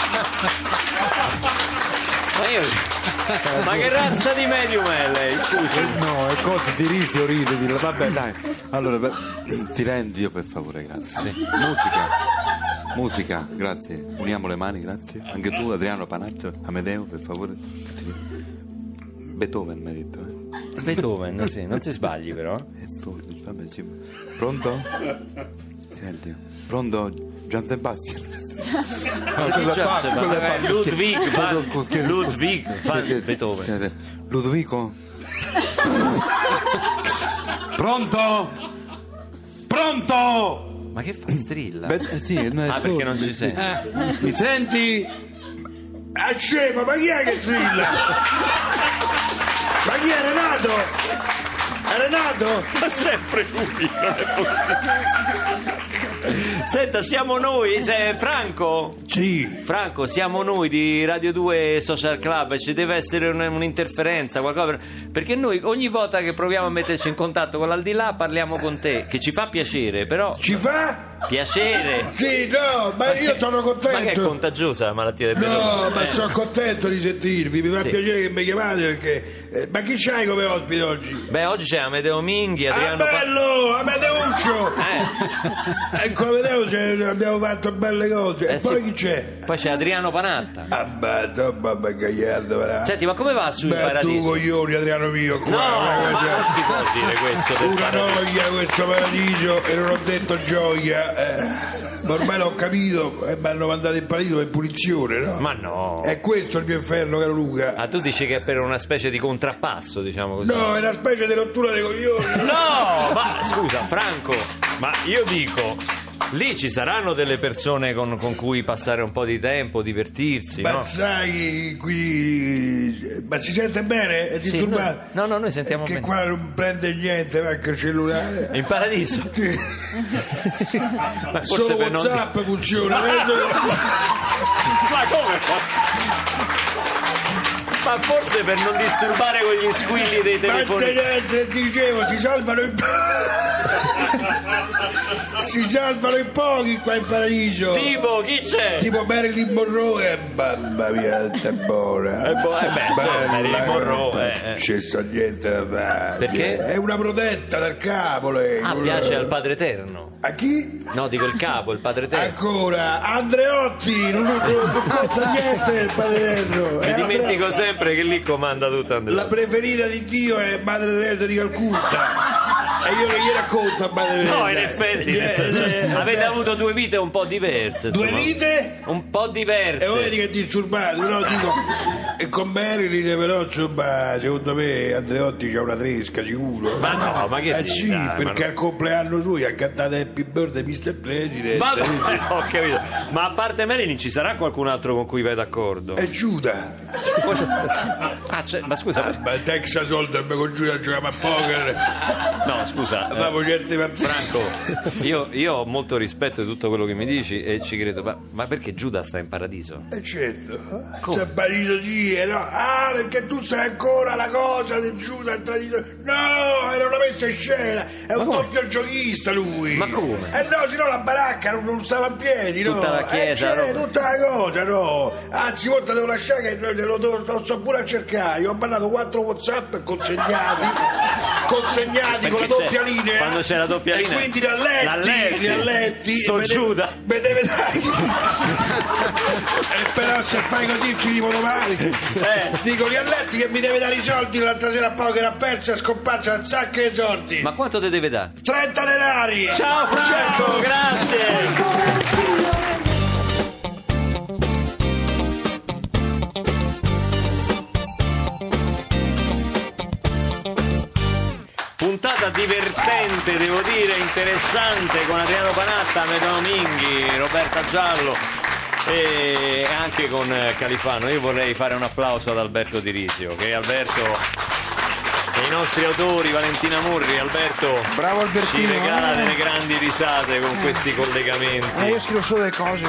Ma io... Ma che razza di medium è lei? Scusi. No, è cosa ti risi o ridi, vabbè dai. Allora, ti rendi io per favore, grazie. Sì. Musica, grazie. Uniamo le mani, grazie. Anche tu, Adriano Panaccio, Amedeo, per favore. Beethoven mi hai detto, Beethoven, sì, non si sbagli però. È sordo, vabbè, sì. Pronto? Senti, pronto? Gian Sebastian. Ludwig van Beethoven. Sì. Ludovico? Pronto? Ma che fa? Strilla? Sì, no, è Ah, perché sordo, non ci sì. sente. Mi senti? Scema, ma chi è che strilla? Ma chi è Renato? È Renato? Ma sempre lui, non è possibile. Senta, siamo noi, Franco? Sì. Franco, siamo noi di Radio 2 Social Club, ci deve essere un'interferenza, qualcosa, perché noi ogni volta che proviamo a metterci in contatto con l'aldilà parliamo con te, che ci fa piacere, però... Ci fa? Piacere! Sì, no, ma io sono contento. Ma che è contagiosa la malattia del No, Beethoven? ma sono contento di sentirvi, mi fa Sì. piacere che mi chiamate perché... ma chi c'hai come ospite oggi? Beh, oggi c'è Amedeo Minghi, Ah, Adriano bello, Amedeuccio! Ecco, Amedeo, abbiamo fatto belle cose. E poi sì. chi c'è? Poi c'è Adriano Panatta. Ah, beh, Gagliardo, però. Senti, ma come va sul Beh, tu paradiso? coglioni, Adriano mio, qua, No, una ma cosa- non si può dire questo del Una paradiso. noia questo paradiso, e non ho detto gioia. Ma ormai l'ho capito, mi hanno mandato in paradiso per punizione, no? Ma no. È questo il mio inferno, caro Luca. Ah, tu dici che è per una specie di contrappasso, diciamo così. No, è una specie di rottura dei coglioni. No, ma scusa, Franco, ma io dico, Lì ci saranno delle persone con cui passare un po' di tempo, divertirsi, Ma no? sai, qui. Ma si sente bene? È Sì, disturbato? no, noi sentiamo Che bene. qua non prende niente, manca il cellulare. In paradiso. Sì. Ma forse Solo per non... WhatsApp funziona. Ma come? Ma forse per non disturbare con gli squilli dei telefoni. Se dicevo, si salvano in pochi qua in paradiso. Tipo, chi c'è? Tipo Marilyn Monroe. Mamma mia, è buona. Marilyn Monroe. C'è sta niente da fare. Perché? È una protetta del capo lei. Ah, piace al Padre Eterno. A chi? No, dico il capo, il Padre Eterno. Ancora Andreotti, non conta niente il Padre Eterno. Mi dimentico sempre che lì comanda tutto Andrea. La preferita di Dio è Madre Teresa di Calcutta. E io che gli racconto a Madre Teresa. No, in effetti avete avuto due vite un po' diverse. Due insomma. vite? Un po' diverse. E voi che disturbate, no? Dico, e con Marilyn però insomma, secondo me Andreotti c'ha una tresca sicuro. Ma no, ma che dici? sì, Dai, perché ma al compleanno suo ha cantato Happy Birthday Mr. President. Ma ho capito. Ma a parte Marilyn ci sarà qualcun altro con cui vai d'accordo? È Giuda. Ma scusa, Ma Texas Hold'em con Giuda giocava a poker. no, scusa. Avevo certe partite. Franco, io ho molto rispetto di tutto quello che mi dici e ci credo, ma perché Giuda sta in paradiso? Certo, c'è il paradiso sì, no? Ah, perché tu sai ancora la cosa del Giuda il traditore. No, era una messa in scena, è un doppio giochista lui. Ma come? No, se no la baracca non stava in piedi, no? Tutta la chiesa, no? Tutta la cosa, no? Anzi, ora devo lasciare che lo so pure a cercare. Io ho mandato 4 WhatsApp consegnati con la doppia linea. Quando c'è la doppia linea. E quindi ralletti. Sto Giuda. Mi deve dare. E però se fai così finivo domani. Dico gli alletti che mi deve dare i soldi l'altra sera a poker, ha perso e è scomparso un sacco di soldi. Ma quanto te deve dare? 30 denari. Ciao Franco, grazie. Puntata divertente, devo dire, interessante, con Adriano Panatta, Amedeo Minghi, Roberta Giallo e anche con Califano. Io vorrei fare un applauso ad Alberto Di Risio, che Alberto e i nostri autori, Valentina Murri, Alberto, Bravo Albertino, ci regala delle grandi risate con questi collegamenti. io scrivo solo le cose.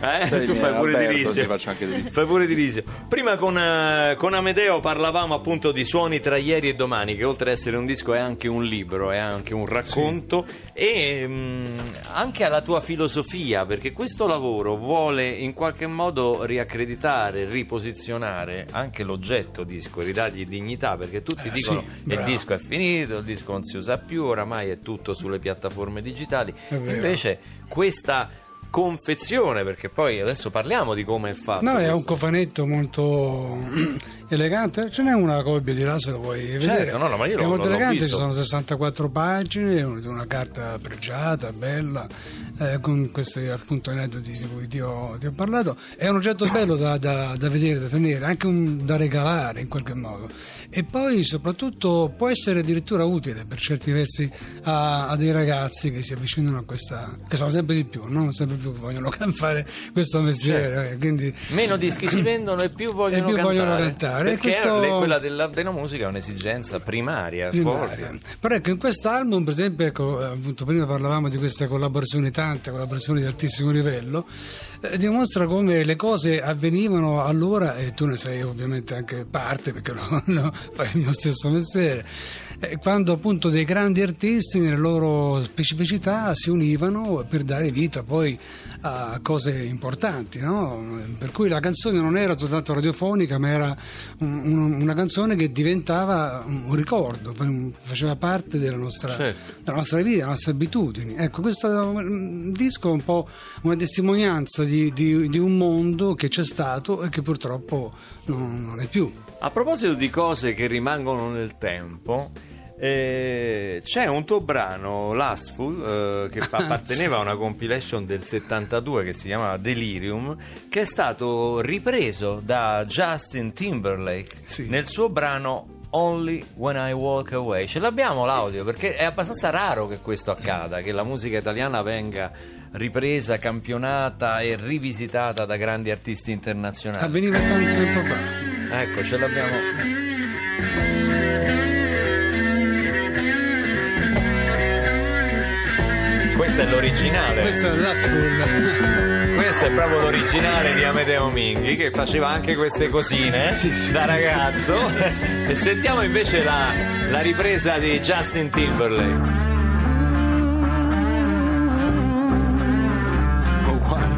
Tu fai pure Di Risio. Sì, faccio anche Di Risio. Fai pure Di Risio. Prima con Amedeo parlavamo appunto di Suoni tra ieri e domani, che oltre ad essere un disco è anche un libro, è anche un racconto, e anche alla tua filosofia, perché questo lavoro vuole in qualche modo riaccreditare, riposizionare anche l'oggetto disco, ridargli dignità, perché tutti dicono il disco è finito, il disco non si usa più, oramai è tutto sulle piattaforme digitali. Invece questa confezione, perché poi adesso parliamo di come è fatto. No, è questo. un cofanetto molto elegante, ce n'è una copia di là se lo vuoi vedere. Certo, no, ma io è molto l'ho elegante, visto. ci sono 64 pagine, una carta pregiata, bella, con questi appunto aneddoti di cui ti ho parlato. È un oggetto bello da vedere, da tenere, anche da regalare in qualche modo, e poi soprattutto può essere addirittura utile per certi versi a dei ragazzi che si avvicinano a questa, che sono sempre di più, no? Sempre più vogliono fare questo mestiere, quindi meno dischi si vendono e più vogliono cantare. E Perché quella della musica è un'esigenza primaria. Forte. Però ecco, in quest'album, per esempio, appunto, prima parlavamo di queste collaborazioni, tante collaborazioni di altissimo livello, dimostra come le cose avvenivano allora, e tu ne sei ovviamente anche parte perché fai il mio stesso mestiere, quando appunto dei grandi artisti nelle loro specificità si univano per dare vita poi a cose importanti, no? Per cui la canzone non era soltanto radiofonica, ma era una canzone che diventava un ricordo, faceva parte della nostra vita, delle nostre abitudini. Ecco, questo disco è un po' una testimonianza di un mondo che c'è stato e che purtroppo non è più. A proposito di cose che rimangono nel tempo, c'è un tuo brano, Lustful, che apparteneva a una compilation del 72 che si chiamava Delirium, che è stato ripreso da Justin Timberlake nel suo brano Only When I Walk Away. Ce l'abbiamo l'audio, perché è abbastanza raro che questo accada, che la musica italiana venga ripresa, campionata e rivisitata da grandi artisti internazionali. Avveniva tanto tempo fa. Ecco, ce l'abbiamo. Questo è l'originale. Questo è Lustful. Questo è proprio l'originale di Amedeo Minghi, che faceva anche queste cosine da ragazzo. E sentiamo invece la ripresa di Justin Timberlake. Uguale.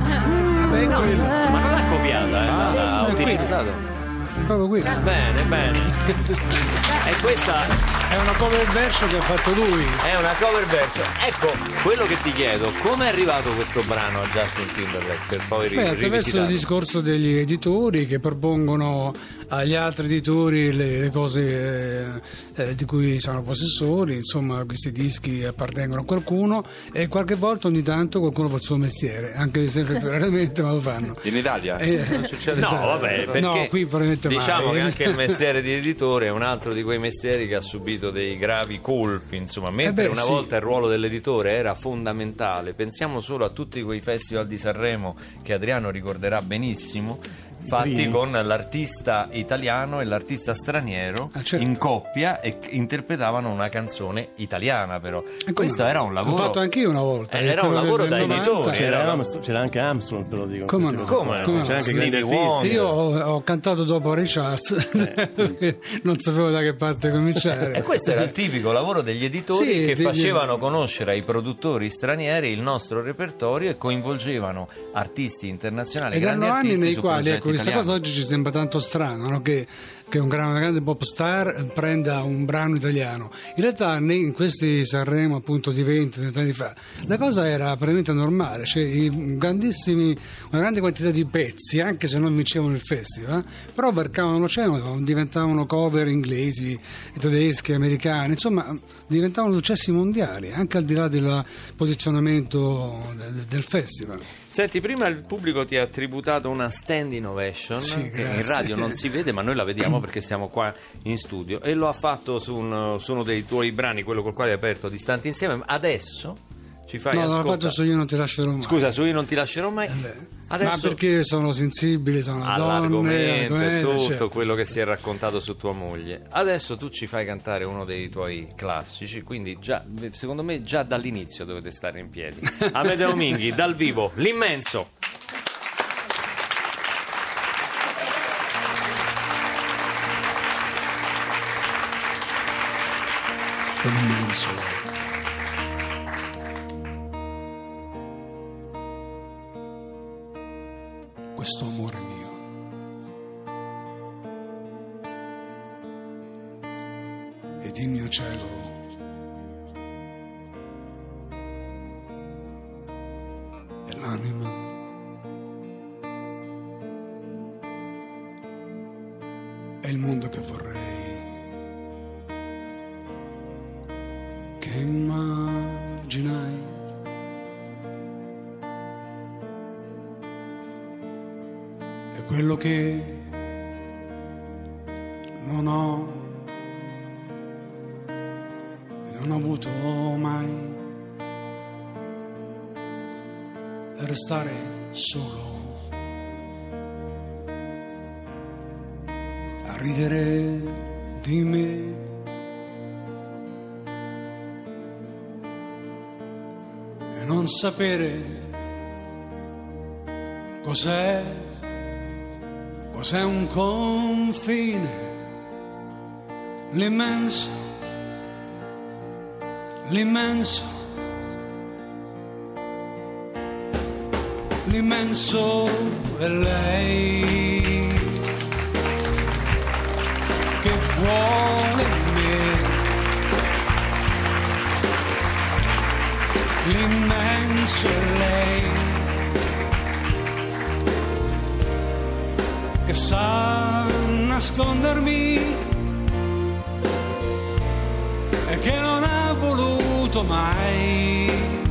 Ma non l'ha copiata, l'ha utilizzato. È proprio qui. Bene. E questa è una cover version che ha fatto lui. È una cover version. Ecco, quello che ti chiedo, come è arrivato questo brano a Justin Timberlake per poi attraverso il discorso degli editori che propongono agli altri editori le cose di cui sono possessori, insomma questi dischi appartengono a qualcuno e qualche volta ogni tanto qualcuno fa il suo mestiere, anche sempre più raramente, ma lo fanno. In Italia? Non succede no, vabbè, perché no, qui probabilmente diciamo mai. Che anche il mestiere di editore è un altro di quei mestieri che ha subito dei gravi colpi, insomma, mentre una volta il ruolo dell'editore era fondamentale. Pensiamo solo a tutti quei festival di Sanremo che Adriano ricorderà benissimo, fatti con l'artista italiano e l'artista straniero in coppia e interpretavano una canzone italiana, però. Questo era un lavoro. L'ho fatto anch'io una volta. Era un lavoro da editore. C'era anche Armstrong, te lo dico. Come no? C'era anche grandi artisti. Io ho cantato dopo Ray Charles, non sapevo da che parte cominciare. E questo era il tipico lavoro degli editori che facevano conoscere ai produttori stranieri il nostro repertorio e coinvolgevano artisti internazionali, grandi artisti anni nei su quali, progetti questa italiani. cosa oggi ci sembra tanto strano, no? Che una grande pop star prenda un brano italiano. In realtà in questi Sanremo appunto di 20-30 anni fa la cosa era praticamente normale, cioè una grande quantità di pezzi, anche se non vincevano il festival, però varcavano l'oceano, diventavano cover inglesi, tedeschi, americani, insomma diventavano successi mondiali anche al di là del posizionamento del festival. Senti, prima il pubblico ti ha tributato una standing ovation che in radio non si vede, ma noi la vediamo perché siamo qua in studio, e lo ha fatto su uno dei tuoi brani, quello col quale hai aperto Distanti Insieme. Adesso ci fai ascoltare. No, l'ho fatto su Io non ti lascerò mai. Scusa, su Io non ti lascerò mai. Adesso, ma perché sono sensibile, sono all'argomento e tutto certo. Quello che si è raccontato su tua moglie. Adesso tu ci fai cantare uno dei tuoi classici, quindi già, secondo me già dall'inizio dovete stare in piedi. Amedeo Minghi dal vivo, L'immenso. L'immenso. Questo amore mio ed il mio cielo e l'anima è il mondo che vorrei, che immaginai. Quello che non ho avuto mai è restare solo a ridere di me e non sapere cos'è un confine, l'immenso, l'immenso è lei che vuole me, l'immenso è lei che sa nascondermi e che non ha voluto mai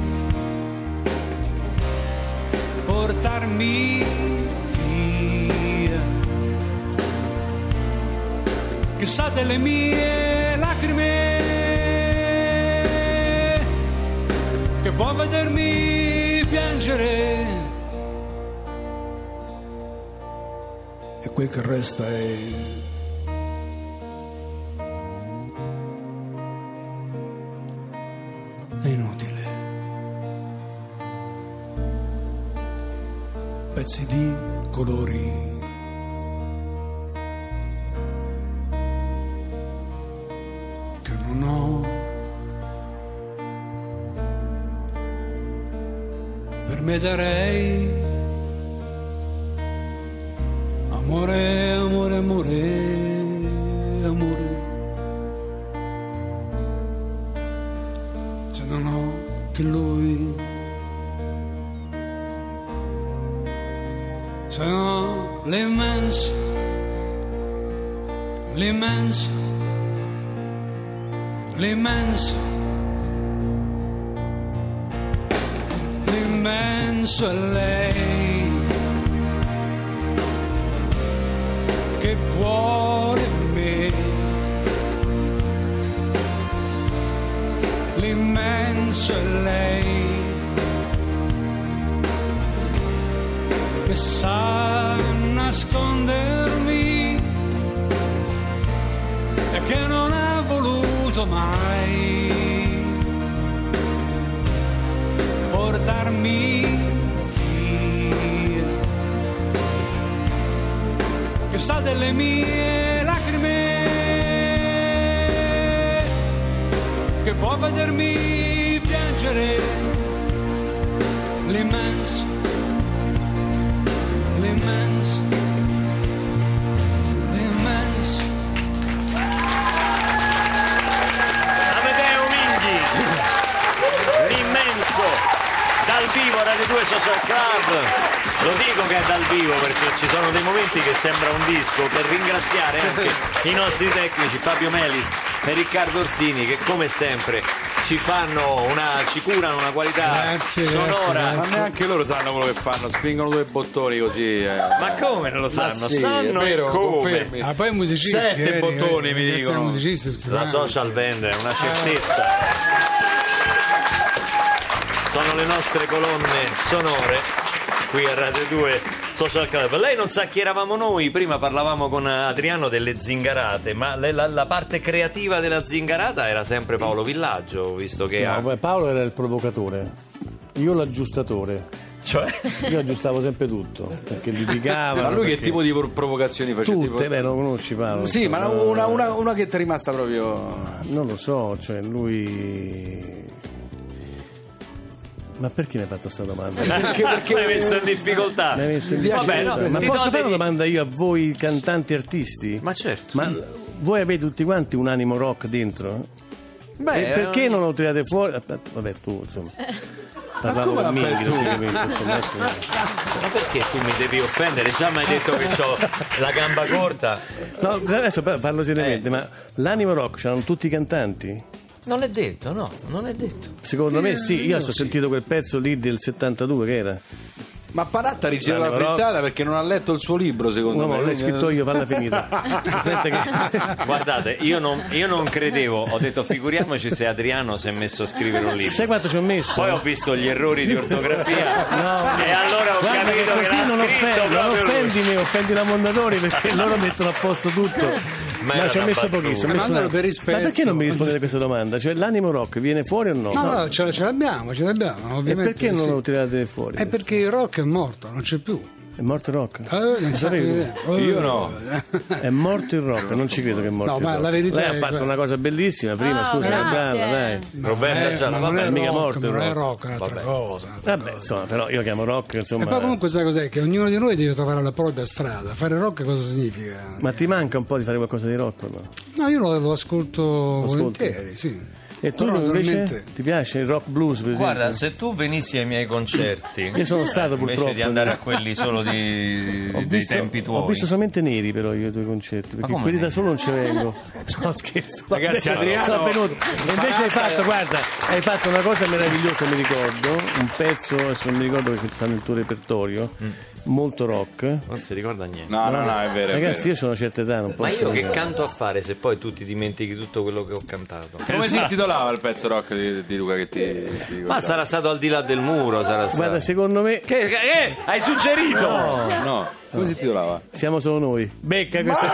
portarmi via, che sa delle mie lacrime, che può vedermi piangere piangere e quel che resta è inutile. Pezzi di colori che non ho. Per me darei amore, amore, amore, amore. Se non ho che lui, se no l'immenso, l'immenso, l'immenso, l'immenso è lei che vuole me, l'immenso è lei che sa nascondermi e che non ha voluto mai portarmi via, che sa delle mie lacrime, che può vedermi piangere, l'immenso, l'immenso, l'immenso. Amedeo Minghi, l'immenso, dal vivo Radio 2 Social Club. Lo dico che è dal vivo perché ci sono dei momenti che sembra un disco, per ringraziare anche i nostri tecnici Fabio Melis e Riccardo Orsini che come sempre ci curano una qualità sonora. Ma neanche loro sanno quello che fanno, spingono due bottoni così. Ma come non lo sanno? sì, Sanno è vero, e come. confermi. Ah, poi i musicisti 7 bottoni mi dicono. Musicisti, tutti La quanti. social vende, è una certezza. Sono le nostre colonne sonore qui a Radio 2 Social Club. Lei non sa chi eravamo noi, prima parlavamo con Adriano delle zingarate, ma la parte creativa della zingarata era sempre Paolo Villaggio, visto che No, Paolo era il provocatore, io l'aggiustatore. Cioè? Io aggiustavo sempre tutto perché litigava. Ma lui che perché... tipo di provocazioni faceva? Tutte, beh, lo conosci Paolo? Sì, ma una che ti è rimasta proprio. Non lo so, cioè lui. Ma perché mi hai fatto questa domanda? Perché l'hai messo in difficoltà? Mi hai messo in Vabbè, difficoltà. no, Ma ti posso do fare una dei- domanda io a voi cantanti artisti? Ma certo. Ma voi avete tutti quanti un animo rock dentro? Beh, E perché non lo tirate fuori? Aspetta, vabbè, tu insomma. Parlavo come con vabbè, Minghi, tu? praticamente, insomma, adesso- Ma perché tu mi devi offendere? Già mi hai detto che ho la gamba corta. No, adesso parlo seriamente, ma l'animo rock c'erano tutti i cantanti? Non è detto, no, non è detto. Secondo me sì, io ho sentito quel pezzo lì del 72 che era. Ma Panatta riceve la Però- frittata perché non ha letto il suo libro, secondo No, me. l'ho scritto io, falla finita. Aspetta che... Guardate, io non credevo, ho detto figuriamoci se Adriano si è messo a scrivere un libro. Sai quanto ci ho messo? Poi ho visto gli errori di ortografia No. e allora ho Guarda che capito che così l'ha non scritto offendi, non proprio lui. offendi me, offendi i Mondadori perché loro mettono a posto tutto. Ma Ma era ci ho una messo battuta. pochissimo. ho Ma messo allora, una- per rispetto- Ma perché non mi rispondete a questa domanda? Cioè l'animo rock viene fuori o no? No, ce l'abbiamo, E ovviamente. perché non sì. lo tirate fuori? È perché il rock è morto, non c'è più. È morto il rock? Non sapevi tu? Io no. È morto il rock, non ci credo che è morto No, il ma rock. la verità Lei è ha fatto quella. una cosa bellissima prima, scusa, grazie. Gianna, dai. Roberta Gianna, ma non vabbè, è mica rock, morto il non è rock. rock, è un'altra Vabbè. cosa. Vabbè, insomma, però io chiamo rock, insomma. E poi comunque sai cos'è? Che ognuno di noi deve trovare la propria strada. Fare rock cosa significa? Ma ti manca un po' di fare qualcosa di rock o no? No, io lo ascolto Ascolti? volentieri, sì. E tu Però invece naturalmente- ti piace il rock blues, per esempio? Guarda, se tu venissi ai miei concerti, Io sono stato invece purtroppo di andare a quelli solo dei tempi tuoi. Ho visto solamente neri però io i tuoi concerti, perché come quelli da neri? solo non ci vengo. No, scherzo. Ragazzi, Invece Adriano- sono venuto. E invece hai fatto, guarda, hai fatto una cosa meravigliosa, mi ricordo, un pezzo, adesso non mi ricordo perché sta nel tuo repertorio, molto rock. Non si ricorda niente. No, è vero. Ragazzi, io sono una certa età, non Ma posso io che dire. canto a fare se poi tu ti dimentichi tutto quello che ho cantato? Come si intitolava andava il pezzo rock di Luca che ti Ma sarà stato Al di là del muro, sarà stato. Guarda, secondo me Che hai suggerito? No, come si titolava? siamo solo noi. Becca questa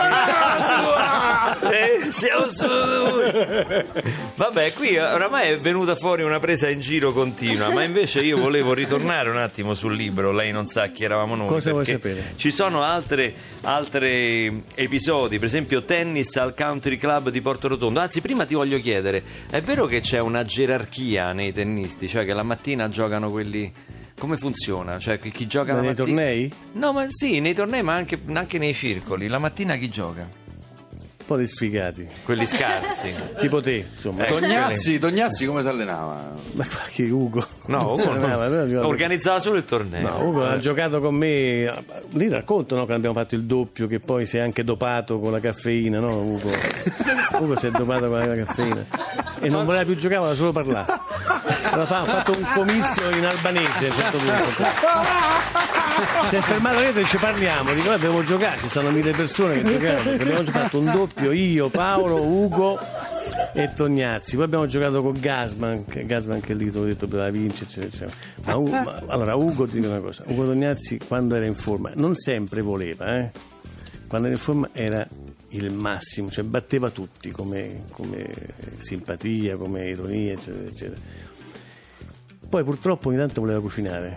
Siamo solo noi. Vabbè, qui oramai è venuta fuori una presa in giro continua, ma invece io volevo ritornare un attimo sul libro. Lei non sa chi eravamo noi. Cosa vuoi perché sapere? Ci sono altri episodi, per esempio tennis al Country Club di Portorotondo. Anzi, prima ti voglio chiedere, è vero che c'è una gerarchia nei tennisti? Cioè che la mattina giocano quelli... Come funziona? Cioè chi gioca la nei mattina? tornei? No, ma sì, nei tornei, ma anche nei circoli. La mattina chi gioca? Un po' di sfigati. Quelli scarsi. Tipo te, insomma. Tognazzi come si allenava? Ma qualche Ugo. No, Ugo organizzava solo il torneo. No, Ugo ha giocato con me. Lì raccontano che abbiamo fatto il doppio, che poi si è anche dopato con la caffeina, no? Ugo si è dopato con la caffeina e non voleva più giocare, voleva solo parlare. Allora ha fatto un comizio in albanese a un certo punto. Si è fermato lì e dice parliamo, dico dobbiamo giocare, ci stanno 1000 persone che giocano. Abbiamo fatto un doppio, io, Paolo, Ugo e Tognazzi. Poi abbiamo giocato con Gasman che lì ho detto doveva vincere, eccetera. Allora Ugo, ti dico una cosa, Ugo Tognazzi quando era in forma non sempre voleva, quando era in forma era il massimo, cioè batteva tutti come simpatia, come ironia, eccetera, eccetera. Poi purtroppo ogni tanto voleva cucinare,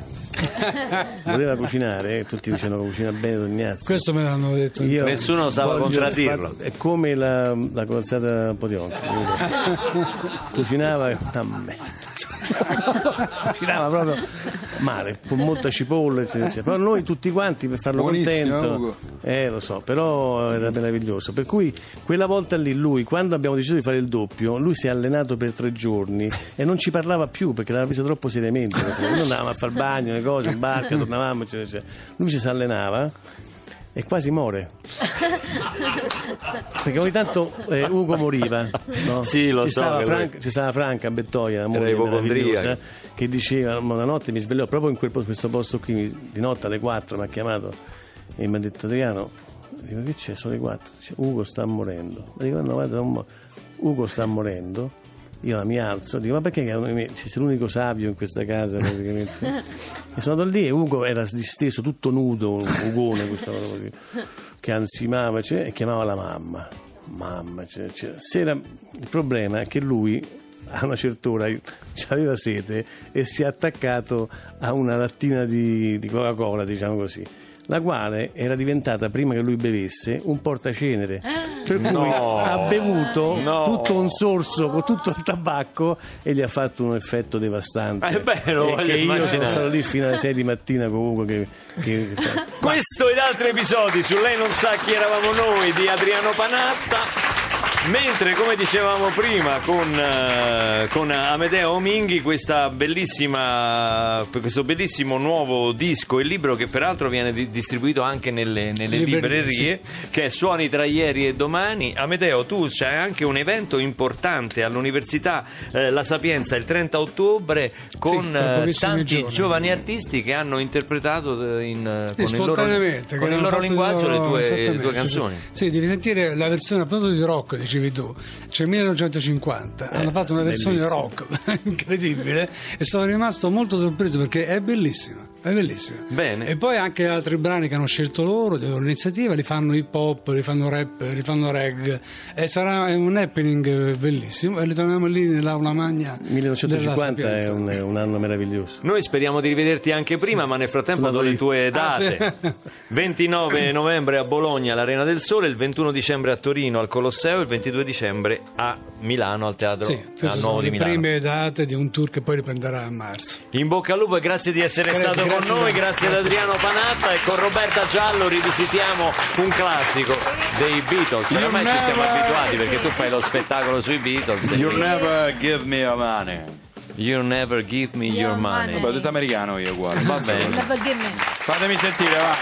tutti dicevano che cucina bene Tognazzi. Questo me l'hanno detto. Nessuno osava contraddirlo. È come la corazzata Potionchi. Cucinava cucinava proprio male, con molta cipolla, eccetera, eccetera. Però noi tutti quanti per farlo contento, Ugo. lo so, però era meraviglioso. Per cui quella volta lì lui, quando abbiamo deciso di fare il doppio, lui si è allenato per 3 giorni e non ci parlava più perché l'aveva presa troppo seriamente. Noi andavamo a far bagno, le cose, in barca, tornavamo, eccetera, eccetera. Lui ci si allenava e quasi muore perché ogni tanto Ugo moriva, no? Sì, lo ci so, stava Franca Bettoia, la moglie meravigliosa, che diceva una notte mi svegliò proprio in questo posto qui di notte alle 4 mi ha chiamato e mi ha detto Adriano, dico che c'è, sono le 4, dice, Ugo sta morendo. Ma dico no, guarda, Ugo sta morendo. Io mi alzo, dico ma perché c'è l'unico savio in questa casa praticamente. E sono andato lì e Ugo era disteso tutto nudo, un ugone questo così, che ansimava, e chiamava la mamma, il problema è che lui a una certa ora aveva sete e si è attaccato a una lattina di Coca-Cola, diciamo così, la quale era diventata, prima che lui bevesse, un portacenere, per cui ha bevuto tutto un sorso con tutto il tabacco e gli ha fatto un effetto devastante. Lo voglio io immaginare. sono stato lì fino alle 6 di mattina con Ugo Questo ed altri episodi su Lei non sa chi eravamo noi di Adriano Panatta. Mentre, come dicevamo prima, con Amedeo Minghi, questo bellissimo nuovo disco e libro che peraltro viene distribuito anche nelle librerie, sì, che è Suoni tra ieri e domani. Amedeo, tu c'hai anche un evento importante all'Università La Sapienza il 30 ottobre con tanti giovani artisti che hanno interpretato con il loro linguaggio le tue canzoni. Sì, devi sentire la versione appunto di rock, dicevi tu, cioè 1950 hanno fatto una versione rock incredibile e sono rimasto molto sorpreso perché è bellissima. Bene. E poi anche altri brani che hanno scelto loro, di loro iniziativa, li fanno hip hop, li fanno rap, li fanno reggae e sarà un happening bellissimo e ritorniamo lì nell'aula magna. 1950 è un anno meraviglioso. Noi speriamo di rivederti anche prima, ma nel frattempo do le tue date. Sì. 29 novembre a Bologna all'Arena del Sole, il 21 dicembre a Torino al Colosseo, il 22 dicembre a Milano al Teatro queste Nuovo sono di le Milano. prime date di un tour che poi riprenderà a marzo. In bocca al lupo e grazie di essere stato con noi, grazie ad Adriano Panatta, e con Roberta Giallo rivisitiamo un classico dei Beatles. Ormai ci siamo abituati perché tu fai lo spettacolo sui Beatles. You never give me your money. You never give me your money. Vabbè, ho detto americano io, guarda. Va bene. Never give me. Fatemi sentire, va.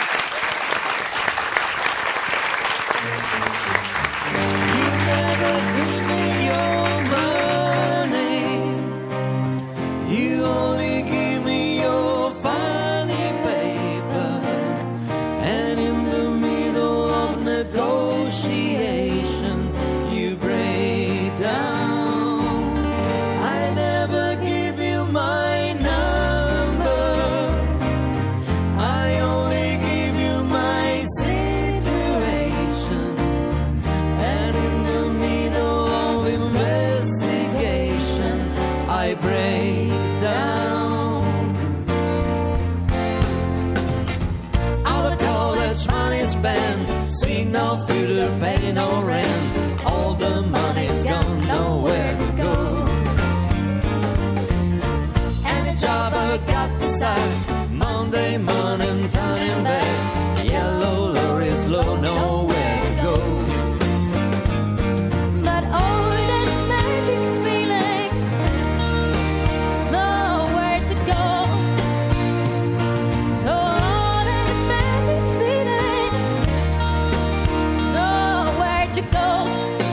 You only give me your funny paper, and in the middle of negotiations, you break down. break down. All the college money spent, see no future, pay no rent. All the money's gone, nowhere to go. And the job I got decide, Monday morning turning back. Yellow lorry's low, nowhere to go. But oh, that magic feeling, nowhere to go. Oh, that magic feeling, nowhere to go.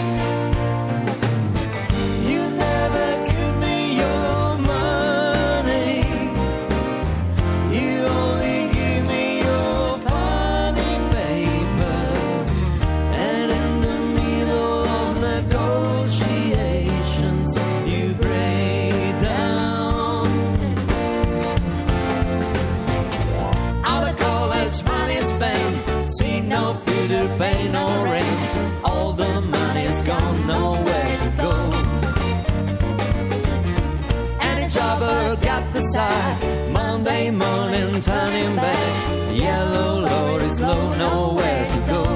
You never give me your money. You only give me your funny paper. And in the middle of negotiations, you break down. All the college money spent, see no future, pay no rent. All the money's gone, nowhere to go. Any jobber got the side, Monday morning turning back. Yellow lorry's low, nowhere to go.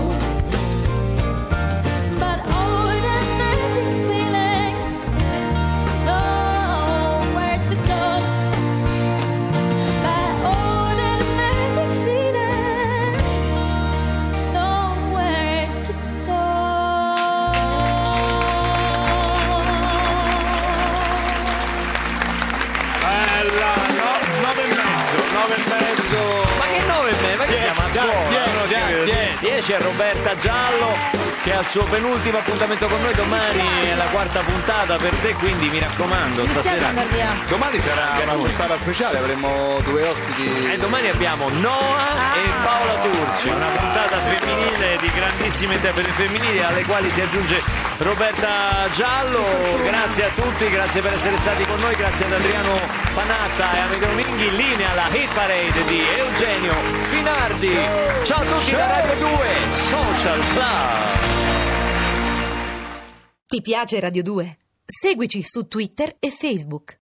But oh, that magic feeling, nowhere to go. But oh, that magic feeling, nowhere to go. Bella, no, 9 e mezzo. Ma che 9 e me? Ma che siamo a scuola? 10 è Roberta Giallo che ha il suo penultimo appuntamento con noi. Domani è la quarta puntata per te, quindi mi raccomando, stasera. Domani sarà una puntata speciale, avremo due ospiti. E domani abbiamo Noah e Paola Turci, una puntata femminile di grandissime interpreti femminili alle quali si aggiunge Roberta Giallo. Grazie a tutti, grazie per essere stati con noi, grazie ad Adriano Panatta e Amedeo Minghi. In linea alla Hit Parade di Eugenio Finardi. Ciao a tutti da Radio 2 Social Club. Ti piace Radio 2? Seguici su Twitter e Facebook.